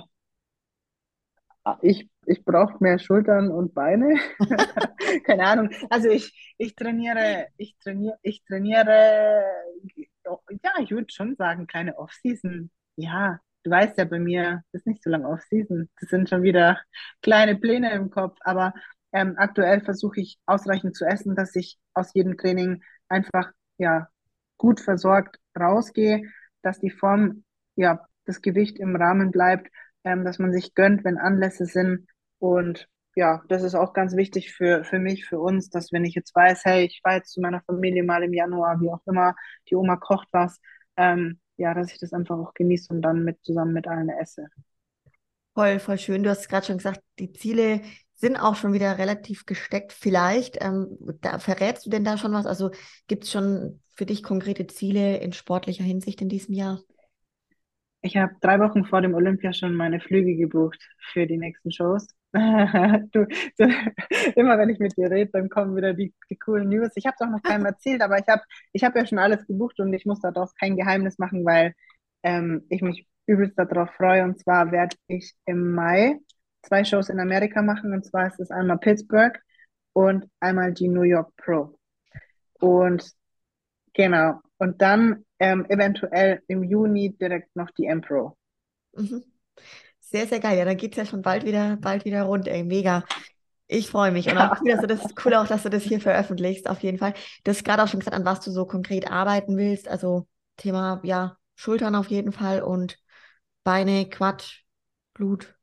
ich ich brauche mehr Schultern und Beine. Keine Ahnung. Also ich, ich trainiere, ich trainiere, ich trainiere, ja, ich würde schon sagen, kleine Off-Season. Ja, du weißt ja, bei mir ist nicht so lange Off-Season. Das sind schon wieder kleine Pläne im Kopf. Aber ähm, aktuell versuche ich ausreichend zu essen, dass ich aus jedem Training einfach, ja, gut versorgt rausgehe, dass die Form, ja, das Gewicht im Rahmen bleibt, ähm, dass man sich gönnt, wenn Anlässe sind. Und ja, das ist auch ganz wichtig für, für mich, für uns, dass wenn ich jetzt weiß, hey, ich fahre jetzt zu meiner Familie mal im Januar, wie auch immer, die Oma kocht was, ähm, ja, dass ich das einfach auch genieße und dann mit zusammen mit allen esse. Voll, voll schön. Du hast gerade schon gesagt, die Ziele sind auch schon wieder relativ gesteckt. Vielleicht, ähm, da verrätst du denn da schon was? Also gibt es schon für dich konkrete Ziele in sportlicher Hinsicht in diesem Jahr? Ich habe drei Wochen vor dem Olympia schon meine Flüge gebucht für die nächsten Shows. Du, so, immer wenn ich mit dir rede, dann kommen wieder die, die coolen News. Ich habe es auch noch keinem erzählt, aber ich habe ich hab ja schon alles gebucht und ich muss daraus kein Geheimnis machen, weil ähm, ich mich übelst darauf freue. Und zwar werde ich im Mai zwei Shows in Amerika machen. Und zwar ist es einmal Pittsburgh und einmal die New York Pro. Und genau. Und dann ähm, eventuell im Juni direkt noch die M-Pro. Mhm. Sehr, sehr geil. Ja, dann geht es ja schon bald wieder, bald wieder rund, ey. Mega. Ich freue mich. Und auch Ja, cool, dass du das, cool auch, dass du das hier veröffentlichst, auf jeden Fall. Du hast gerade auch schon gesagt, an was du so konkret arbeiten willst. Also Thema, ja, Schultern auf jeden Fall und Beine, Quad, Blut,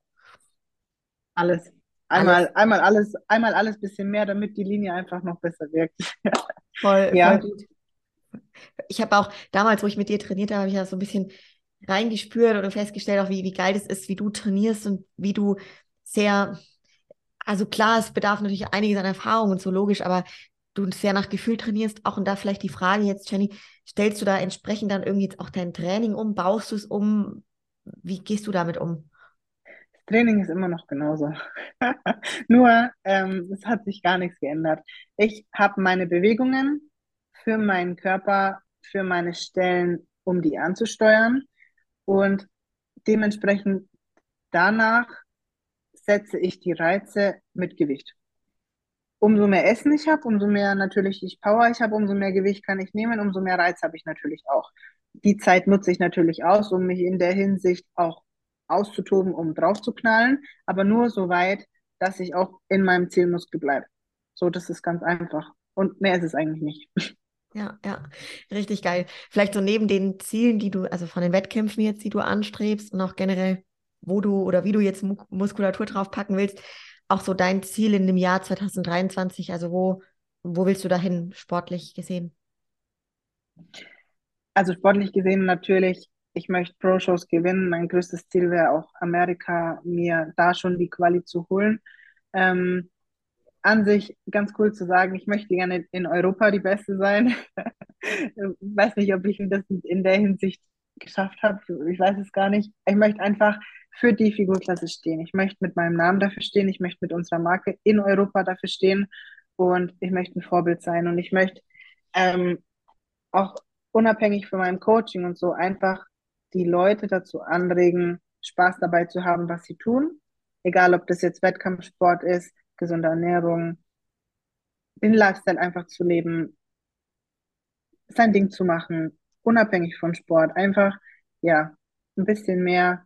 alles. alles. Einmal, einmal alles, einmal alles bisschen mehr, damit die Linie einfach noch besser wirkt. Voll, voll Ja, gut. Ich habe auch damals, wo ich mit dir trainiert habe, habe ich ja so ein bisschen reingespürt oder festgestellt, auch wie, wie geil das ist, wie du trainierst und wie du sehr, also klar, es bedarf natürlich einiges an Erfahrung und so logisch, aber du sehr nach Gefühl trainierst. Auch und da vielleicht die Frage jetzt, Jenny, stellst du da entsprechend dann irgendwie jetzt auch dein Training um? Baust du es um? Wie gehst du damit um? das Training ist immer noch genauso. Nur, ähm, es hat sich gar nichts geändert. Ich habe meine Bewegungen für meinen Körper, für meine Stellen, um die anzusteuern. Und dementsprechend danach setze ich die Reize mit Gewicht. Umso mehr Essen ich habe, umso mehr natürlich ich Power ich habe, umso mehr Gewicht kann ich nehmen, umso mehr Reiz habe ich natürlich auch. Die Zeit nutze ich natürlich aus, um mich in der Hinsicht auch auszutoben, um drauf zu knallen, aber nur so weit, dass ich auch in meinem Zielmuskel bleibe. So, das ist ganz einfach. Und mehr ist es eigentlich nicht. Ja, ja, richtig geil. Vielleicht so neben den Zielen, die du, also von den Wettkämpfen jetzt, die du anstrebst und auch generell, wo du oder wie du jetzt Mu Muskulatur draufpacken willst, auch so dein Ziel in dem Jahr zwanzig dreiundzwanzig, also wo, wo willst du dahin, sportlich gesehen? Also sportlich gesehen natürlich, ich möchte Pro-Shows gewinnen. Mein größtes Ziel wäre auch Amerika, mir da schon die Quali zu holen. Ähm, an sich ganz cool zu sagen, ich möchte gerne in Europa die Beste sein. Ich weiß nicht, ob ich das in der Hinsicht geschafft habe. Ich weiß es gar nicht. Ich möchte einfach für die Figurklasse stehen. Ich möchte mit meinem Namen dafür stehen. Ich möchte mit unserer Marke in Europa dafür stehen. Und ich möchte ein Vorbild sein. Und ich möchte ähm, auch unabhängig von meinem Coaching und so einfach die Leute dazu anregen, Spaß dabei zu haben, was sie tun. Egal, ob das jetzt Wettkampfsport ist, gesunde Ernährung, den Lifestyle einfach zu leben, sein Ding zu machen, unabhängig von Sport. Einfach, ja, ein bisschen mehr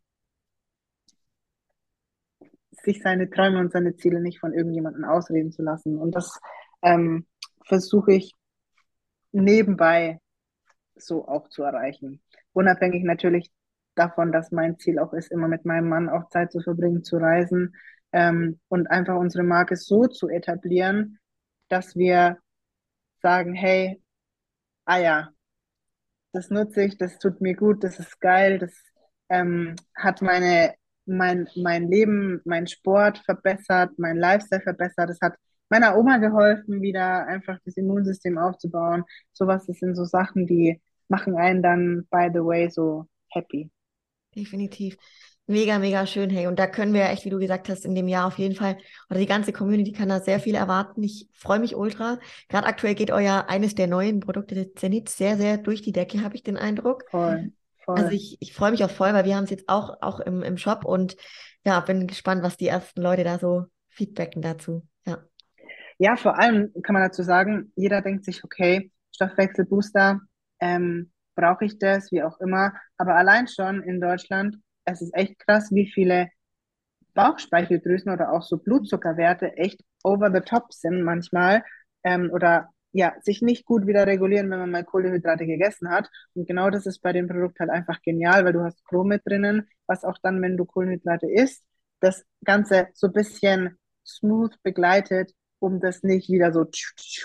sich seine Träume und seine Ziele nicht von irgendjemandem ausreden zu lassen. Und das ähm, versuche ich nebenbei so auch zu erreichen. Unabhängig natürlich davon, dass mein Ziel auch ist, immer mit meinem Mann auch Zeit zu verbringen, zu reisen ähm, und einfach unsere Marke so zu etablieren, dass wir sagen, hey, ah ja, das nutze ich, das tut mir gut, das ist geil, das ähm, hat meine, mein, mein Leben, mein Sport verbessert, mein Lifestyle verbessert, das hat meiner Oma geholfen, wieder einfach das Immunsystem aufzubauen. Sowas, das sind so Sachen, die machen einen dann, by the way, so happy. Definitiv. Mega, mega schön, hey. Und da können wir echt, wie du gesagt hast, in dem Jahr auf jeden Fall, oder die ganze Community kann da sehr viel erwarten. Ich freue mich ultra. Gerade aktuell geht euer eines der neuen Produkte, der Zenit, sehr, sehr durch die Decke, habe ich den Eindruck. Voll, Also voll. ich, ich freue mich auch voll, weil wir haben es jetzt auch, auch im, im Shop und ja, bin gespannt, was die ersten Leute da so feedbacken dazu. Ja, Ja, vor allem kann man dazu sagen, jeder denkt sich, okay, Stoffwechselbooster, ähm, brauche ich das, wie auch immer. Aber allein schon in Deutschland, es ist echt krass, wie viele Bauchspeicheldrüsen oder auch so Blutzuckerwerte echt over the top sind manchmal, ähm, oder ja, sich nicht gut wieder regulieren, wenn man mal Kohlenhydrate gegessen hat. Und genau das ist bei dem Produkt halt einfach genial, weil du hast Chrom mit drinnen, was auch dann, wenn du Kohlenhydrate isst, das Ganze so ein bisschen smooth begleitet, um das nicht wieder so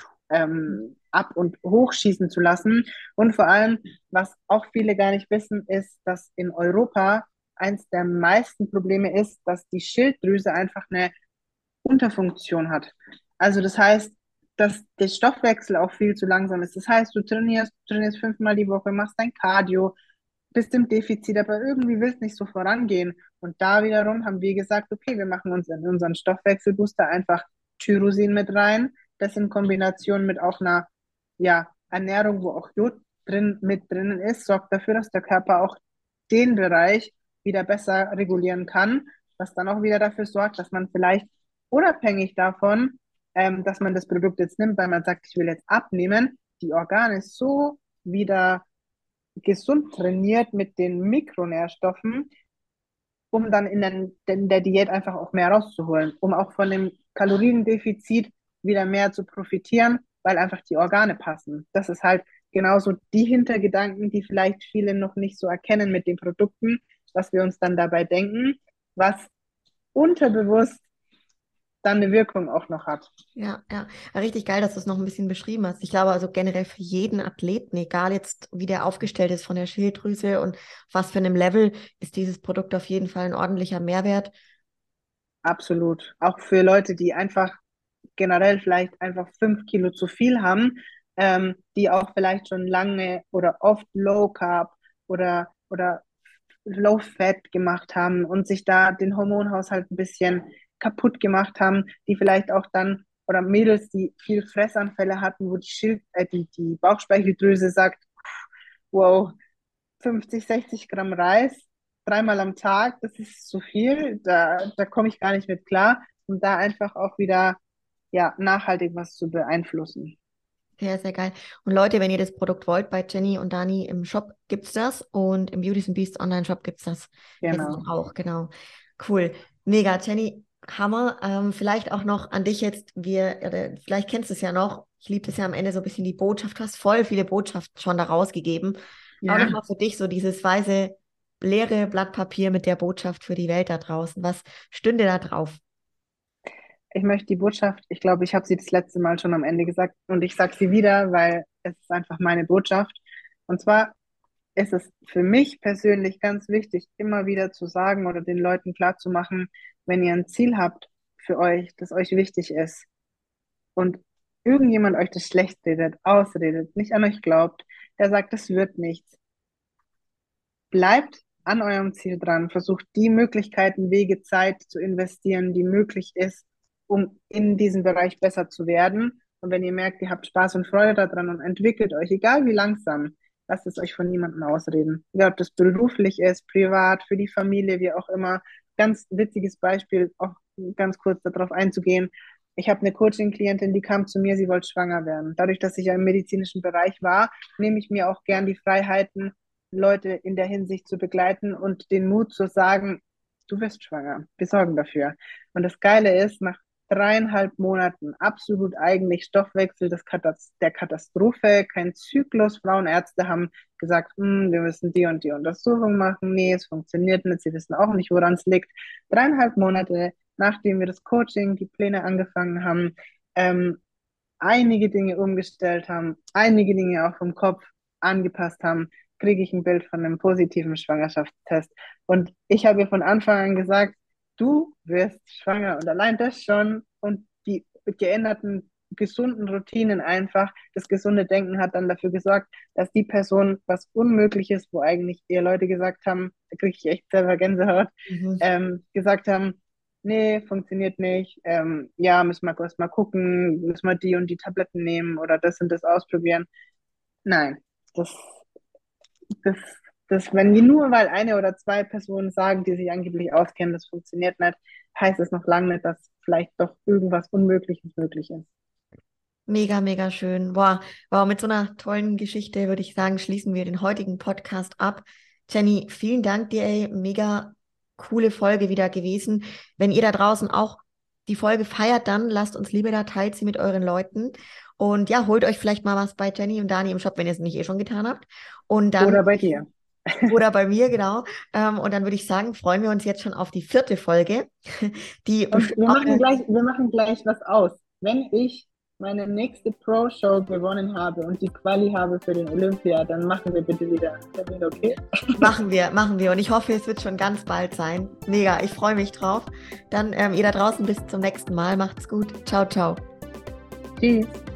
ähm, ab und hochschießen zu lassen. Und vor allem, was auch viele gar nicht wissen, ist, dass in Europa eins der meisten Probleme ist, dass die Schilddrüse einfach eine Unterfunktion hat. Also das heißt, dass der Stoffwechsel auch viel zu langsam ist. Das heißt, du trainierst, du trainierst fünfmal die Woche, machst dein Cardio, bist im Defizit, aber irgendwie willst nicht so vorangehen. Und da wiederum haben wir gesagt, okay, wir machen uns in unseren Stoffwechselbooster einfach Tyrosin mit rein. Das in Kombination mit auch einer, ja, Ernährung, wo auch Jod drin, mit drinnen ist, sorgt dafür, dass der Körper auch den Bereich wieder besser regulieren kann, was dann auch wieder dafür sorgt, dass man vielleicht unabhängig davon, ähm, dass man das Produkt jetzt nimmt, weil man sagt, ich will jetzt abnehmen, die Organe so wieder gesund trainiert mit den Mikronährstoffen, um dann in, den, in der Diät einfach auch mehr rauszuholen, um auch von dem Kaloriendefizit wieder mehr zu profitieren, weil einfach die Organe passen. Das ist halt genauso die Hintergedanken, die vielleicht viele noch nicht so erkennen mit den Produkten, was wir uns dann dabei denken, was unterbewusst dann eine Wirkung auch noch hat. ja, ja. Ja, richtig geil, dass du es noch ein bisschen beschrieben hast. Ich glaube also generell für jeden Athleten, egal jetzt wie der aufgestellt ist von der Schilddrüse und was für einem Level, ist dieses Produkt auf jeden Fall ein ordentlicher Mehrwert. Absolut. Auch für Leute, die einfach generell vielleicht einfach fünf Kilo zu viel haben, ähm, die auch vielleicht schon lange oder oft Low Carb oder, oder Low Fat gemacht haben und sich da den Hormonhaushalt ein bisschen kaputt gemacht haben, die vielleicht auch dann, oder Mädels, die viel Fressanfälle hatten, wo die, Schild, äh, die, die Bauchspeicheldrüse sagt, wow, fünfzig, sechzig Gramm Reis, dreimal am Tag, das ist zu viel, da, da komme ich gar nicht mit klar, um da einfach auch wieder ja, nachhaltig was zu beeinflussen. Sehr, sehr geil. Und Leute, wenn ihr das Produkt wollt, bei Jenny und Dani im Shop gibt's das und im Beauties and Beasts Online-Shop gibt's das jetzt dann Genau. auch, genau. Cool. Mega, Jenny, Hammer. Ähm, vielleicht auch noch an dich jetzt, wir, oder vielleicht kennst du es ja noch, ich liebe es ja am Ende so ein bisschen die Botschaft, du hast voll viele Botschaften schon da rausgegeben. Auch Ja, nochmal für dich so dieses weiße, leere Blatt Papier mit der Botschaft für die Welt da draußen. Was stünde da drauf? ich möchte die Botschaft, ich glaube, ich habe sie das letzte Mal schon am Ende gesagt und ich sage sie wieder, weil es ist einfach meine Botschaft. Und zwar ist es für mich persönlich ganz wichtig, immer wieder zu sagen oder den Leuten klarzumachen, wenn ihr ein Ziel habt für euch, das euch wichtig ist und irgendjemand euch das schlecht redet, ausredet, nicht an euch glaubt, der sagt, das wird nichts, bleibt an eurem Ziel dran, versucht die Möglichkeiten, Wege, Zeit zu investieren, die möglich ist, um in diesem Bereich besser zu werden. Und wenn ihr merkt, ihr habt Spaß und Freude daran und entwickelt euch, egal wie langsam, lasst es euch von niemandem ausreden. Egal, ob das beruflich ist, privat, für die Familie, wie auch immer. Ganz witziges Beispiel, auch ganz kurz darauf einzugehen. Ich habe eine Coaching-Klientin, die kam zu mir, sie wollte schwanger werden. Dadurch, dass ich ja im medizinischen Bereich war, nehme ich mir auch gern die Freiheiten, Leute in der Hinsicht zu begleiten und den Mut zu sagen, du wirst schwanger, wir sorgen dafür. Und das Geile ist, nach dreieinhalb Monaten absolut eigentlich Stoffwechsel des Katas der Katastrophe, kein Zyklus. Frauenärzte haben gesagt, hm, wir müssen die und die Untersuchung machen. Nee, es funktioniert nicht. Sie wissen auch nicht, woran es liegt. Dreieinhalb Monate, nachdem wir das Coaching, die Pläne angefangen haben, ähm, einige Dinge umgestellt haben, einige Dinge auch vom Kopf angepasst haben, kriege ich ein Bild von einem positiven Schwangerschaftstest. Und ich habe ihr von Anfang an gesagt, du wirst schwanger. Und allein das schon und die geänderten gesunden Routinen einfach, das gesunde Denken hat dann dafür gesorgt, dass die Person was Unmögliches, wo eigentlich eher Leute gesagt haben, da kriege ich echt selber Gänsehaut, Mhm. ähm, gesagt haben, nee, funktioniert nicht, ähm, ja, müssen wir erst mal gucken, müssen wir die und die Tabletten nehmen oder das und das ausprobieren. Nein, das, das, das, wenn die nur, weil eine oder zwei Personen sagen, die sich angeblich auskennen, das funktioniert nicht, heißt es noch lange nicht, dass vielleicht doch irgendwas Unmögliches möglich ist. Mega, mega schön. Boah, wow, mit so einer tollen Geschichte würde ich sagen, schließen wir den heutigen Podcast ab. Jenny, vielen Dank dir, ey. Mega coole Folge wieder gewesen. Wenn ihr da draußen auch die Folge feiert, dann lasst uns lieber da, teilt sie mit euren Leuten. Und ja, holt euch vielleicht mal was bei Jenny und Dani im Shop, wenn ihr es nicht eh schon getan habt. Und dann, Oder bei dir. oder bei mir, genau. Ähm, und dann würde ich sagen, freuen wir uns jetzt schon auf die vierte Folge, die Und bestimmt wir auch machen eine. gleich, wir machen gleich was aus. Wenn ich meine nächste Pro-Show gewonnen habe und die Quali habe für den Olympia, dann machen wir bitte wieder einen Termin, okay? Machen wir, machen wir. Und ich hoffe, es wird schon ganz bald sein. Mega, ich freue mich drauf. Dann ähm, ihr da draußen bis zum nächsten Mal. Macht's gut. Ciao, ciao. Tschüss.